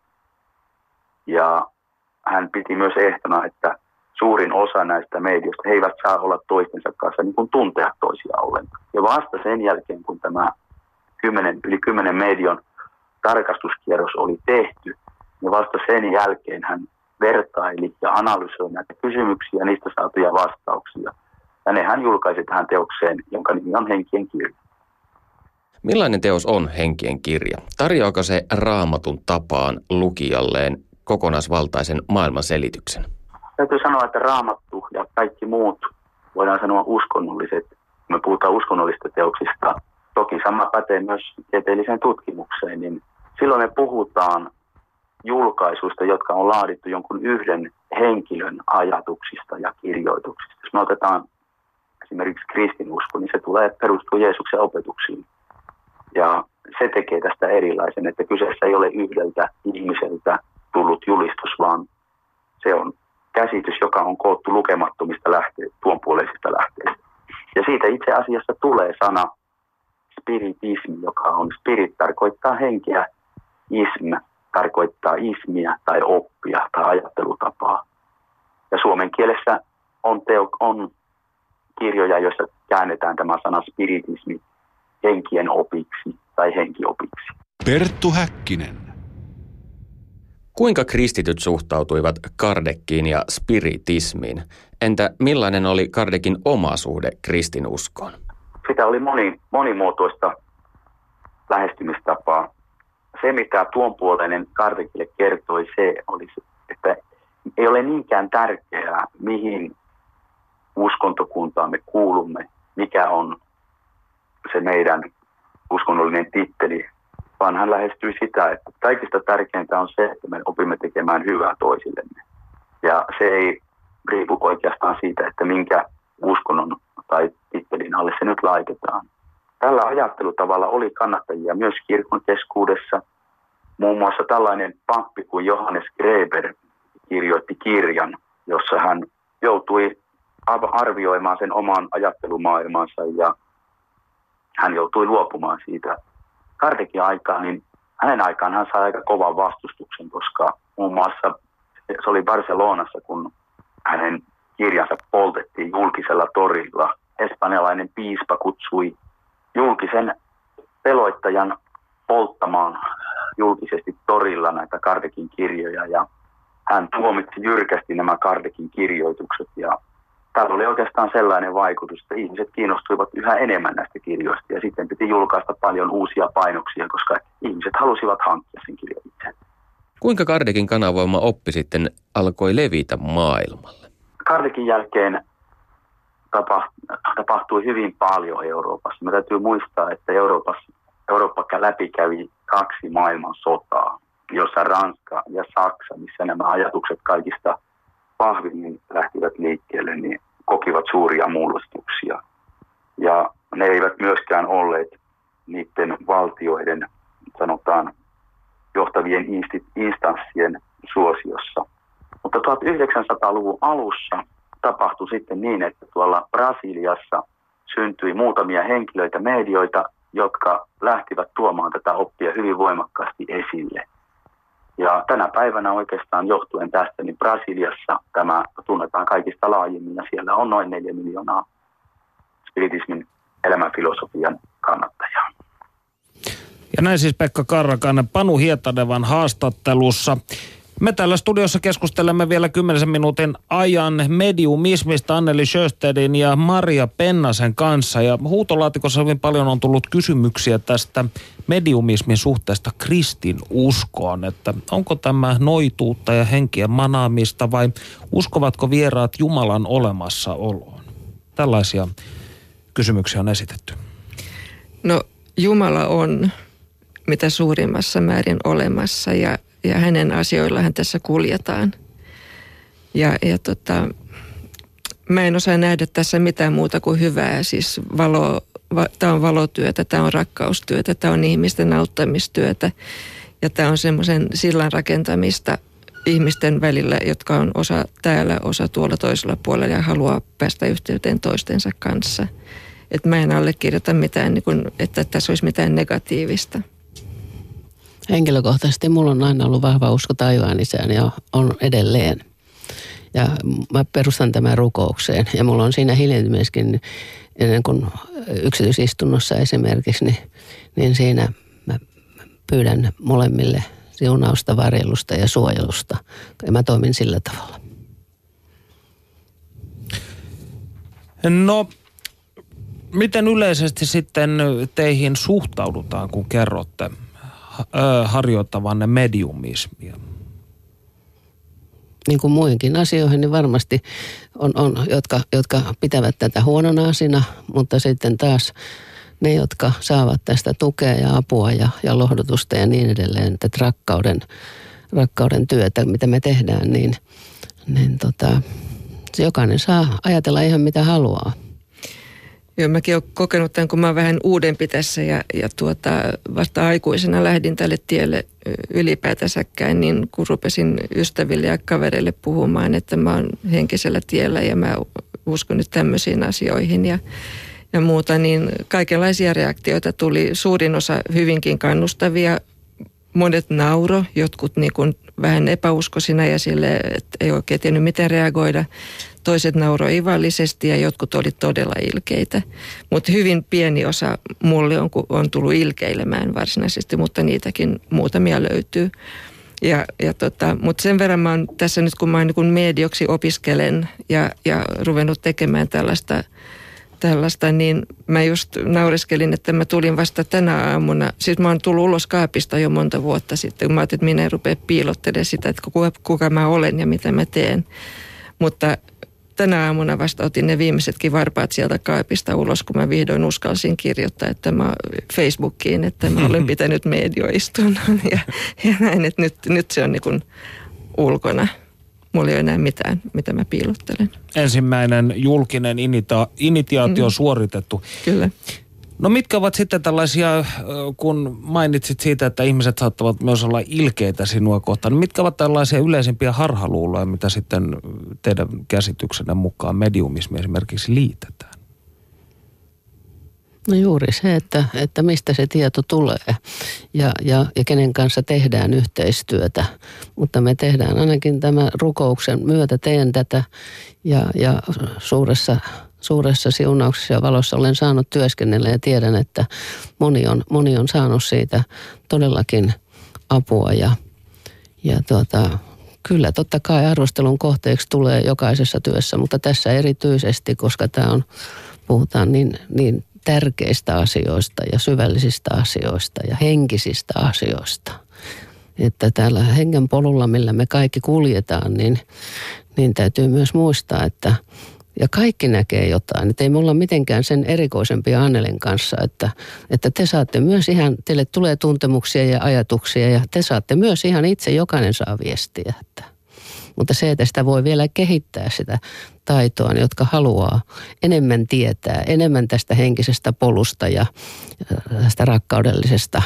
Ja hän piti myös ehtona, että suurin osa näistä medioista, he eivät saa olla toistensa kanssa niin kuin tuntea toisia ollenkaan. Ja vasta sen jälkeen, kun tämä kymmenen, yli kymmenen median tarkastuskierros oli tehty, niin vasta sen jälkeen hän vertaili ja analysoi näitä kysymyksiä ja niistä saatuja vastauksia. Ja ne hän julkaisi tähän teokseen, jonka nimi on Henkien kirja. Millainen teos on Henkien kirja? Tarjoako se Raamatun tapaan lukijalleen kokonaisvaltaisen maailmanselityksen? Täytyy sanoa, että Raamattu ja kaikki muut, voidaan sanoa uskonnolliset, me puhutaan uskonnollisista teoksista, toki sama pätee myös tieteelliseen tutkimukseen, niin silloin me puhutaan julkaisuista, jotka on laadittu jonkun yhden henkilön ajatuksista ja kirjoituksista. Jos me otetaan esimerkiksi kristinusko, niin se tulee perustua Jeesuksen opetuksiin. Ja se tekee tästä erilaisen, että kyseessä ei ole yhdeltä ihmiseltä tullut julistus, vaan se on käsitys, joka on koottu lukemattomista lähteistä, tuonpuoleisista lähteistä. Ja siitä itse asiassa tulee sana spiritismi, joka on spirit tarkoittaa henkeä, ism tarkoittaa ismiä tai oppia tai ajattelutapaa. Ja suomen kielessä on, teo, on kirjoja, joissa käännetään tämä sana spiritismi henkien opiksi tai henkiopiksi. Perttu Häkkinen. Kuinka kristityt suhtautuivat Kardeciin ja spiritismiin? Entä millainen oli Kardecin oma suhde kristinuskoon? Sitä oli moni, monimuotoista lähestymistapaa. Se, mitä tuonpuoleinen Kardecille kertoi, se oli se, että ei ole niinkään tärkeää, mihin uskontokuntaan me kuulumme, mikä on se meidän uskonnollinen titteli, vaan hän lähestyi sitä, että kaikista tärkeintä on se, että me opimme tekemään hyvää toisillemme. Ja se ei riipu oikeastaan siitä, että minkä uskonnon tai tittelin alle se nyt laitetaan. Tällä ajattelutavalla oli kannattajia myös kirkon keskuudessa. Muun muassa tällainen pappi kuin Johannes Greber kirjoitti kirjan, jossa hän joutui arvioimaan sen oman ajattelumaailmansa ja hän joutui luopumaan siitä. Kardecin aikaan, niin hänen aikaan hän sai aika kovan vastustuksen, koska muun muassa se oli Barcelonassa, kun hänen kirjansa poltettiin julkisella torilla. Espanjalainen piispa kutsui julkisen peloittajan polttamaan julkisesti torilla näitä Kardecin kirjoja ja hän tuomitsi jyrkästi nämä Kardekin kirjoitukset ja täällä oli oikeastaan sellainen vaikutus, että ihmiset kiinnostuivat yhä enemmän näistä kirjoista ja sitten piti julkaista paljon uusia painoksia, koska ihmiset halusivat hankkia sen kirjan itse. Kuinka Kardekin kanavoima oppi sitten alkoi levitä maailmalle? Kardekin jälkeen tapahtui hyvin paljon Euroopassa. Me täytyy muistaa, että Euroopassa, Eurooppa läpikävi kaksi maailmansotaa, jossa Ranska ja Saksa, missä nämä ajatukset kaikista vahvimmin lähtivät liikkeelle, niin kokivat suuria mullistuksia. Ja ne eivät myöskään olleet niiden valtioiden, sanotaan, johtavien instanssien suosiossa. Mutta tuhatyhdeksänsataaluvun alussa tapahtui sitten niin, että tuolla Brasiliassa syntyi muutamia henkilöitä, medioita, jotka lähtivät tuomaan tätä oppia hyvin voimakkaasti esille. Ja tänä päivänä oikeastaan johtuen tästä, niin Brasiliassa tämä tunnetaan kaikista laajemmin ja siellä on noin neljä miljoonaa spiritismin elämänfilosofian kannattajaa. Ja näin siis Pekka Karrakainen Panu Hietanevan haastattelussa. Me täällä studiossa keskustelemme vielä kymmenisen minuutin ajan mediumismista Anneli Sjöstedin ja Maria Pennasen kanssa. Ja huutolaatikossa hyvin paljon on tullut kysymyksiä tästä mediumismin suhteesta kristinuskoon. Että onko tämä noituutta ja henkiä manaamista vai uskovatko vieraat Jumalan olemassaoloon? Tällaisia kysymyksiä on esitetty. No Jumala on mitä suurimmassa määrin olemassa ja Ja hänen asioillaan tässä kuljetaan. Ja, ja tota, mä en osaa nähdä tässä mitään muuta kuin hyvää. Siis valo, va, tämä on valotyötä, tämä on rakkaustyötä, tämä on ihmisten auttamistyötä. Ja tämä on semmoisen sillan rakentamista ihmisten välillä, jotka on osa täällä, osa tuolla toisella puolella ja haluaa päästä yhteyteen toistensa kanssa. Että mä en allekirjoita mitään, niin kuin, että tässä olisi mitään negatiivista. Henkilökohtaisesti mulla on aina ollut vahva usko taivaan isään ja on edelleen. Ja mä perustan tämän rukoukseen. Ja mulla on siinä hiljentymiskin ennen kuin yksityisistunnossa esimerkiksi, niin, niin siinä mä pyydän molemmille siunausta, varjelusta ja suojelusta. Ja mä toimin sillä tavalla. No, miten yleisesti sitten teihin suhtaudutaan, kun kerrotte harjoittavanne mediumismia? Niin kuin muihinkin asioihin, niin varmasti on, on jotka, jotka pitävät tätä huonona asiana, mutta sitten taas ne, jotka saavat tästä tukea ja apua ja, ja lohdutusta ja niin edelleen, tätä rakkauden, rakkauden työtä, mitä me tehdään, niin, niin tota, jokainen saa ajatella ihan mitä haluaa. Joo, mäkin olen kokenut tämän, kun mä oon vähän uudempi tässä ja, ja tuota, vasta aikuisena lähdin tälle tielle ylipäätänsäkään, niin kun rupesin ystäville ja kavereille puhumaan, että mä oon henkisellä tiellä ja mä uskon nyt tämmöisiin asioihin ja, ja muuta, niin kaikenlaisia reaktioita tuli. Suurin osa hyvinkin kannustavia, monet nauro, jotkut niin kuin vähän epäuskoisina ja sille, että ei oikein tiennyt miten reagoida. Toiset nauroi ivallisesti ja jotkut oli todella ilkeitä. Mutta hyvin pieni osa mulle on, on tullut ilkeilemään varsinaisesti, mutta niitäkin muutamia löytyy. Ja, ja tota, mutta sen verran mä oon tässä nyt, kun mä niin kun medioksi opiskelen ja, ja ruvennut tekemään tällaista, tällaista, niin mä just naureskelin, että mä tulin vasta tänä aamuna. Siis mä oon tullut ulos kaapista jo monta vuotta sitten, kun mä ajattelin, että minä en rupea piilottelemaan sitä, että kuka, kuka mä olen ja mitä mä teen. Mutta tänä aamuna vasta otin ne viimeisetkin varpaat sieltä kaapista ulos, kun mä vihdoin uskalsin kirjoittaa, että mä Facebookiin, että mä olen pitänyt medioistunnon ja, ja näin, että nyt, nyt se on niin kuin ulkona. Mulla ei ole enää mitään, mitä mä piilottelen. Ensimmäinen julkinen inita- initiaatio mm. suoritettu. Kyllä. No mitkä ovat sitten tällaisia, kun mainitsit siitä, että ihmiset saattavat myös olla ilkeitä sinua kohtaan, niin mitkä ovat tällaisia yleisimpiä harhaluuloja, mitä sitten teidän käsityksenne mukaan mediumismi esimerkiksi liitetään? No juuri se, että, että mistä se tieto tulee ja, ja, ja kenen kanssa tehdään yhteistyötä. Mutta me tehdään ainakin tämän rukouksen myötä, teen tätä ja, ja suuressa, suuressa siunauksessa ja valossa olen saanut työskennellä ja tiedän, että moni on, moni on saanut siitä todellakin apua ja, ja tuota, Kyllä, totta kai arvostelun kohteeksi tulee jokaisessa työssä, mutta tässä erityisesti, koska tämä on, puhutaan niin, niin tärkeistä asioista ja syvällisistä asioista ja henkisistä asioista. Että täällä hengen polulla, millä me kaikki kuljetaan, niin, niin täytyy myös muistaa, että ja kaikki näkee jotain. Että ei me olla mitenkään sen erikoisempia Annelin kanssa, että, että te saatte myös ihan, teille tulee tuntemuksia ja ajatuksia ja te saatte myös ihan itse, jokainen saa viestiä. Että, mutta se, että sitä voi vielä kehittää sitä taitoa, niin jotka haluaa enemmän tietää, enemmän tästä henkisestä polusta ja tästä rakkaudellisesta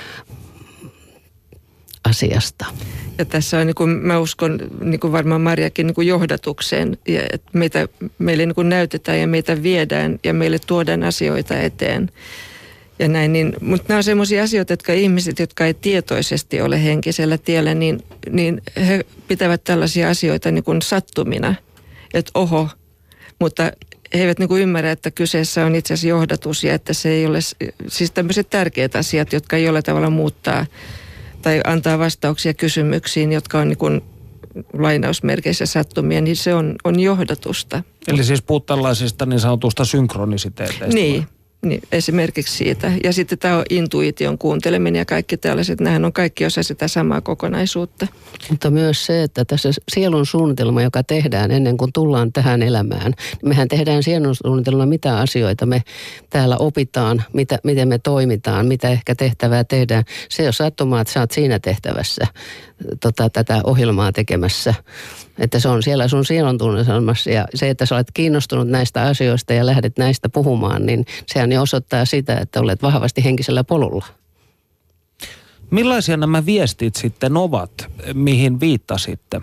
asiasta. Ja tässä on, niin kuin mä uskon, niin kuin varmaan Marjakin, niin kuin johdatukseen, ja että meitä, meille niin kuin näytetään ja meitä viedään ja meille tuodaan asioita eteen. Ja näin, niin, mutta nämä on sellaisia asioita, jotka ihmiset, jotka ei tietoisesti ole henkisellä tiellä, niin, niin he pitävät tällaisia asioita niin kuin sattumina, että oho, mutta he eivät niin kuin ymmärrä, että kyseessä on itse asiassa johdatus ja että se ei ole, siis tämmöiset tärkeät asiat, jotka jollain tavalla muuttaa tai antaa vastauksia kysymyksiin, jotka on niin kuin lainausmerkeissä sattumia, niin se on, on johdatusta. Eli siis puhut tällaisista niin sanotusta synkronisiteeteista. Niin, niin, esimerkiksi siitä. Ja sitten tämä on intuition kuunteleminen ja kaikki tällaiset, nämähän on kaikki osa sitä samaa kokonaisuutta. Mutta myös se, että tässä sielun suunnitelma, joka tehdään ennen kuin tullaan tähän elämään, niin mehän tehdään sielun suunnitelma, mitä asioita me täällä opitaan, mitä, miten me toimitaan, mitä ehkä tehtävää tehdään. Se jos sattumaa, että sä oot siinä tehtävässä tota, tätä ohjelmaa tekemässä. Että se on siellä sun sielun tunnelmassa ja se, että sä olet kiinnostunut näistä asioista ja lähdet näistä puhumaan, niin sehän jo osoittaa sitä, että olet vahvasti henkisellä polulla. Millaisia nämä viestit sitten ovat, mihin viittasitte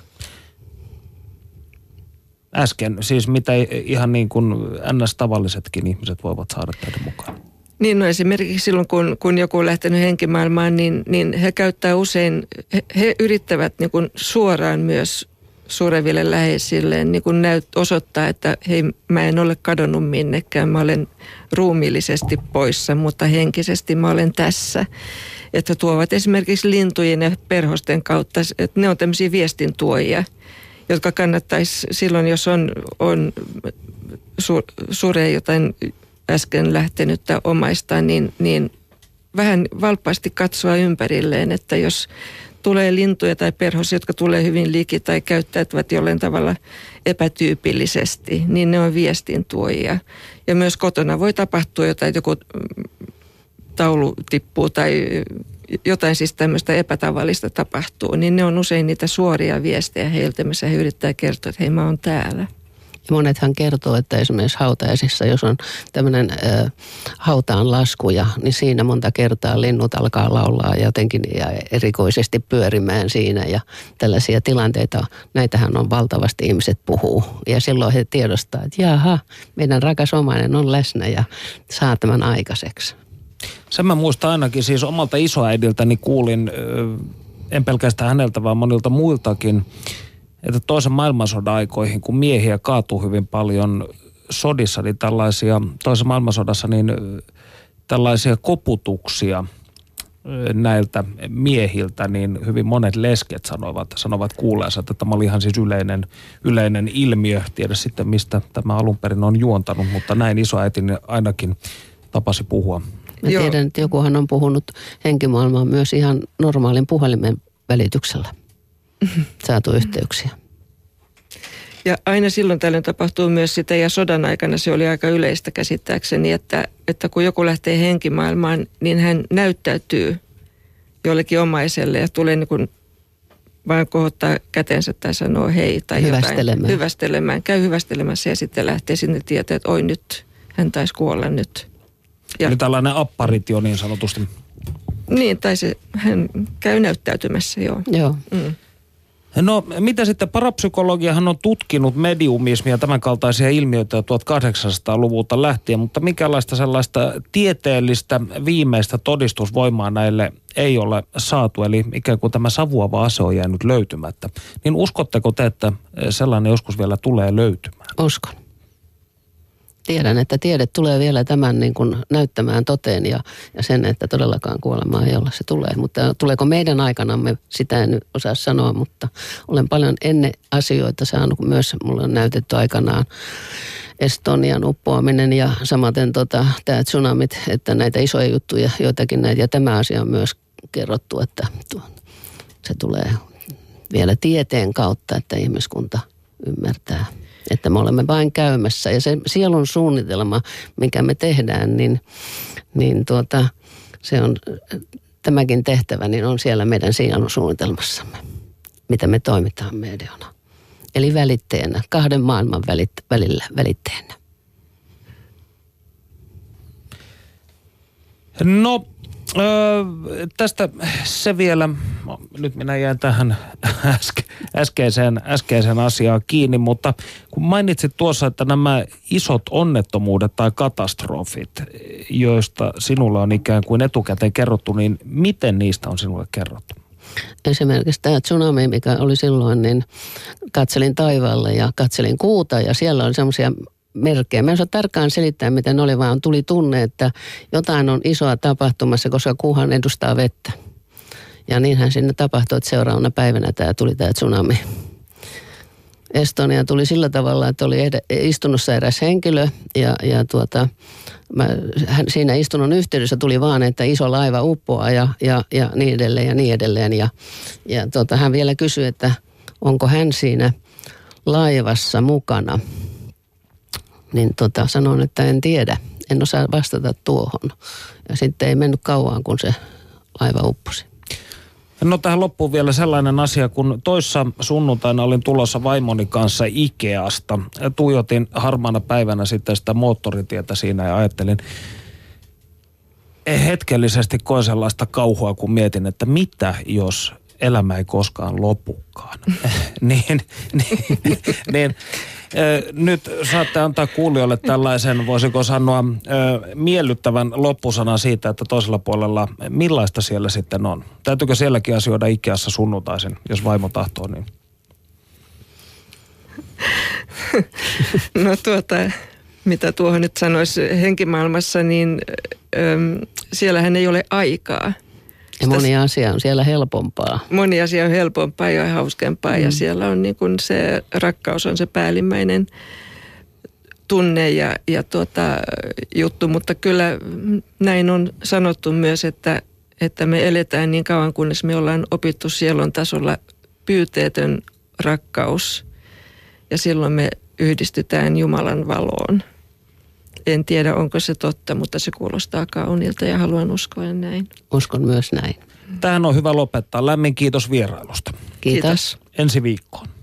äsken? Siis mitä ihan niin kuin ns-tavallisetkin ihmiset voivat saada teidän mukaan? Niin, no esimerkiksi silloin, kun, kun joku on lähtenyt henkimaailmaan, niin, niin he käyttää usein, he, he yrittävät niin kuin suoraan myös sureville läheisilleen niin kuin näyt, osoittaa, että hei, mä en ole kadonnut minnekään, mä olen ruumiillisesti poissa, mutta henkisesti mä olen tässä. Että tuovat esimerkiksi lintujen ja perhosten kautta, että ne on tämmöisiä viestintuojia, jotka kannattaisi silloin, jos on, on su, suree jotain äsken lähtenyttä omaista, niin, niin vähän valppaasti katsoa ympärilleen, että jos tulee lintuja tai perhosia, jotka tulee hyvin liki tai käyttäytyvät jollain tavalla epätyypillisesti, niin ne on viestintuojia. Ja myös kotona voi tapahtua jotain, joku taulu tippuu tai jotain siis tämmöistä epätavallista tapahtuu, niin ne on usein niitä suoria viestejä heiltä, missä he yrittää kertoa, että hei, mä oon täällä. Ja monethan kertoo, että esimerkiksi hautajaisissa, jos on tämmöinen äh, hautaan laskuja, niin siinä monta kertaa linnut alkaa laulaa jotenkin ja erikoisesti pyörimään siinä ja tällaisia tilanteita, näitähän on valtavasti ihmiset puhuu. Ja silloin he tiedostaa, että jaha, meidän rakas omainen on läsnä ja saa tämän aikaiseksi. Sen mä muistan ainakin siis omalta isoäidiltäni kuulin, en pelkästään häneltä, vaan monilta muiltakin, että toisen maailmansodan aikoihin, kun miehiä kaatuu hyvin paljon sodissa, niin tällaisia, toisen maailmansodassa, niin tällaisia koputuksia näiltä miehiltä, niin hyvin monet lesket sanoivat, sanovat kuulleensa, että tämä oli ihan siis yleinen, yleinen ilmiö. Tiedä sitten, mistä tämä alun perin on juontanut, mutta näin isoäitini ainakin tapasi puhua. Mä tiedän, että jokuhan on puhunut henkimaailmaan myös ihan normaalin puhelimen välityksellä. Saatu yhteyksiä. Ja aina silloin tällöin tapahtuu myös sitä, ja sodan aikana se oli aika yleistä käsittääkseni, että, että kun joku lähtee henkimaailmaan, niin hän näyttäytyy jollekin omaiselle ja tulee niin kuin vaan kohottaa kätensä tai sanoo hei tai hyvästelemään. jotain. Hyvästelemään. Käy hyvästelemässä ja sitten lähtee sinne tietää, että oi nyt, hän taisi kuolla nyt. Ja eli tällainen apparitio niin sanotusti. Niin, tai se, hän käy näyttäytymässä, joo. Joo. Mm. No mitä sitten, parapsykologiahan on tutkinut mediumismia ja tämän kaltaisia ilmiöitä jo tuhatkahdeksansataaluvulta lähtien, mutta minkälaista sellaista tieteellistä viimeistä todistusvoimaa näille ei ole saatu, eli ikään kuin tämä savuava ase on jäänyt löytymättä. Niin uskotteko te, että sellainen joskus vielä tulee löytymään? Uskon. Tiedän, että tiede tulee vielä tämän niin kuin näyttämään toteen ja, ja sen, että todellakaan kuolemaa ei ole, se tulee. Mutta tuleeko meidän aikanamme, sitä en osaa sanoa, mutta olen paljon ennen asioita saanut myös, mulle on näytetty aikanaan Estonian uppoaminen ja samaten tota, tämä tsunamit, että näitä isoja juttuja, joitakin näitä, ja tämä asia on myös kerrottu, että tuo, se tulee vielä tieteen kautta, että ihmiskunta ymmärtää, että me olemme vain käymässä. Ja se sielun suunnitelma, mikä me tehdään, niin, niin tuota, se on, tämäkin tehtävä niin on siellä meidän sielun suunnitelmassamme, mitä me toimitaan mediana. Eli välitteenä, kahden maailman välit, välillä välitteenä. No, öö, tästä se vielä, nyt minä jään tähän äske, äskeiseen, äskeiseen asiaan kiinni, mutta kun mainitsit tuossa, että nämä isot onnettomuudet tai katastrofit, joista sinulle on ikään kuin etukäteen kerrottu, niin miten niistä on sinulle kerrottu? Esimerkiksi tämä tsunami, mikä oli silloin, niin katselin taivaalle ja katselin kuuta ja siellä oli semmoisia merkkejä. Mä en osaa tarkkaan selittää, mitä ne oli, vaan tuli tunne, että jotain on isoa tapahtumassa, koska kuuhan edustaa vettä. Ja niinhän sinne tapahtui, että seuraavana päivänä tämä tuli tämä tsunami. Estonia tuli sillä tavalla, että oli istunnossa eräs henkilö ja, ja tuota, mä, hän, siinä istunnon yhteydessä tuli vaan, että iso laiva uppoaa ja, ja, ja niin edelleen ja niin edelleen. Ja, ja tuota, hän vielä kysyi, että onko hän siinä laivassa mukana. Niin tota, sanoin, että en tiedä, en osaa vastata tuohon. Ja sitten ei mennyt kauan, kun se laiva upposi. No tähän loppuun vielä sellainen asia, kun toissa sunnuntaina olin tulossa vaimoni kanssa Ikeasta. Tuijotin harmaana päivänä sitten sitä moottoritietä siinä ja ajattelin, hetkellisesti koin sellaista kauhua, kun mietin, että mitä jos elämä ei koskaan lopukaan. niin, niin, niin nyt saatte antaa kuulijoille tällaisen, voisiko sanoa, miellyttävän loppusanan siitä, että toisella puolella millaista siellä sitten on. Täytyykö sielläkin asioida Ikeassa sunnuntaisin, jos vaimo tahtoo, niin? No tuota, mitä tuohon nyt sanoisi henkimaailmassa, niin äm, siellähän ei ole aikaa. Ja moni asia on siellä helpompaa. Moni asia on helpompaa ja hauskempaa mm. ja siellä on niin kuin se rakkaus on se päällimmäinen tunne ja, ja tuota, juttu. Mutta kyllä näin on sanottu myös, että, että me eletään niin kauan, kunnes me ollaan opittu sielun tasolla pyyteetön rakkaus ja silloin me yhdistytään Jumalan valoon. En tiedä, onko se totta, mutta se kuulostaa kauniilta ja haluan uskoa näin. Uskon myös näin. Tähän on hyvä lopettaa. Lämmin kiitos vierailusta. Kiitos. Ensi viikkoon.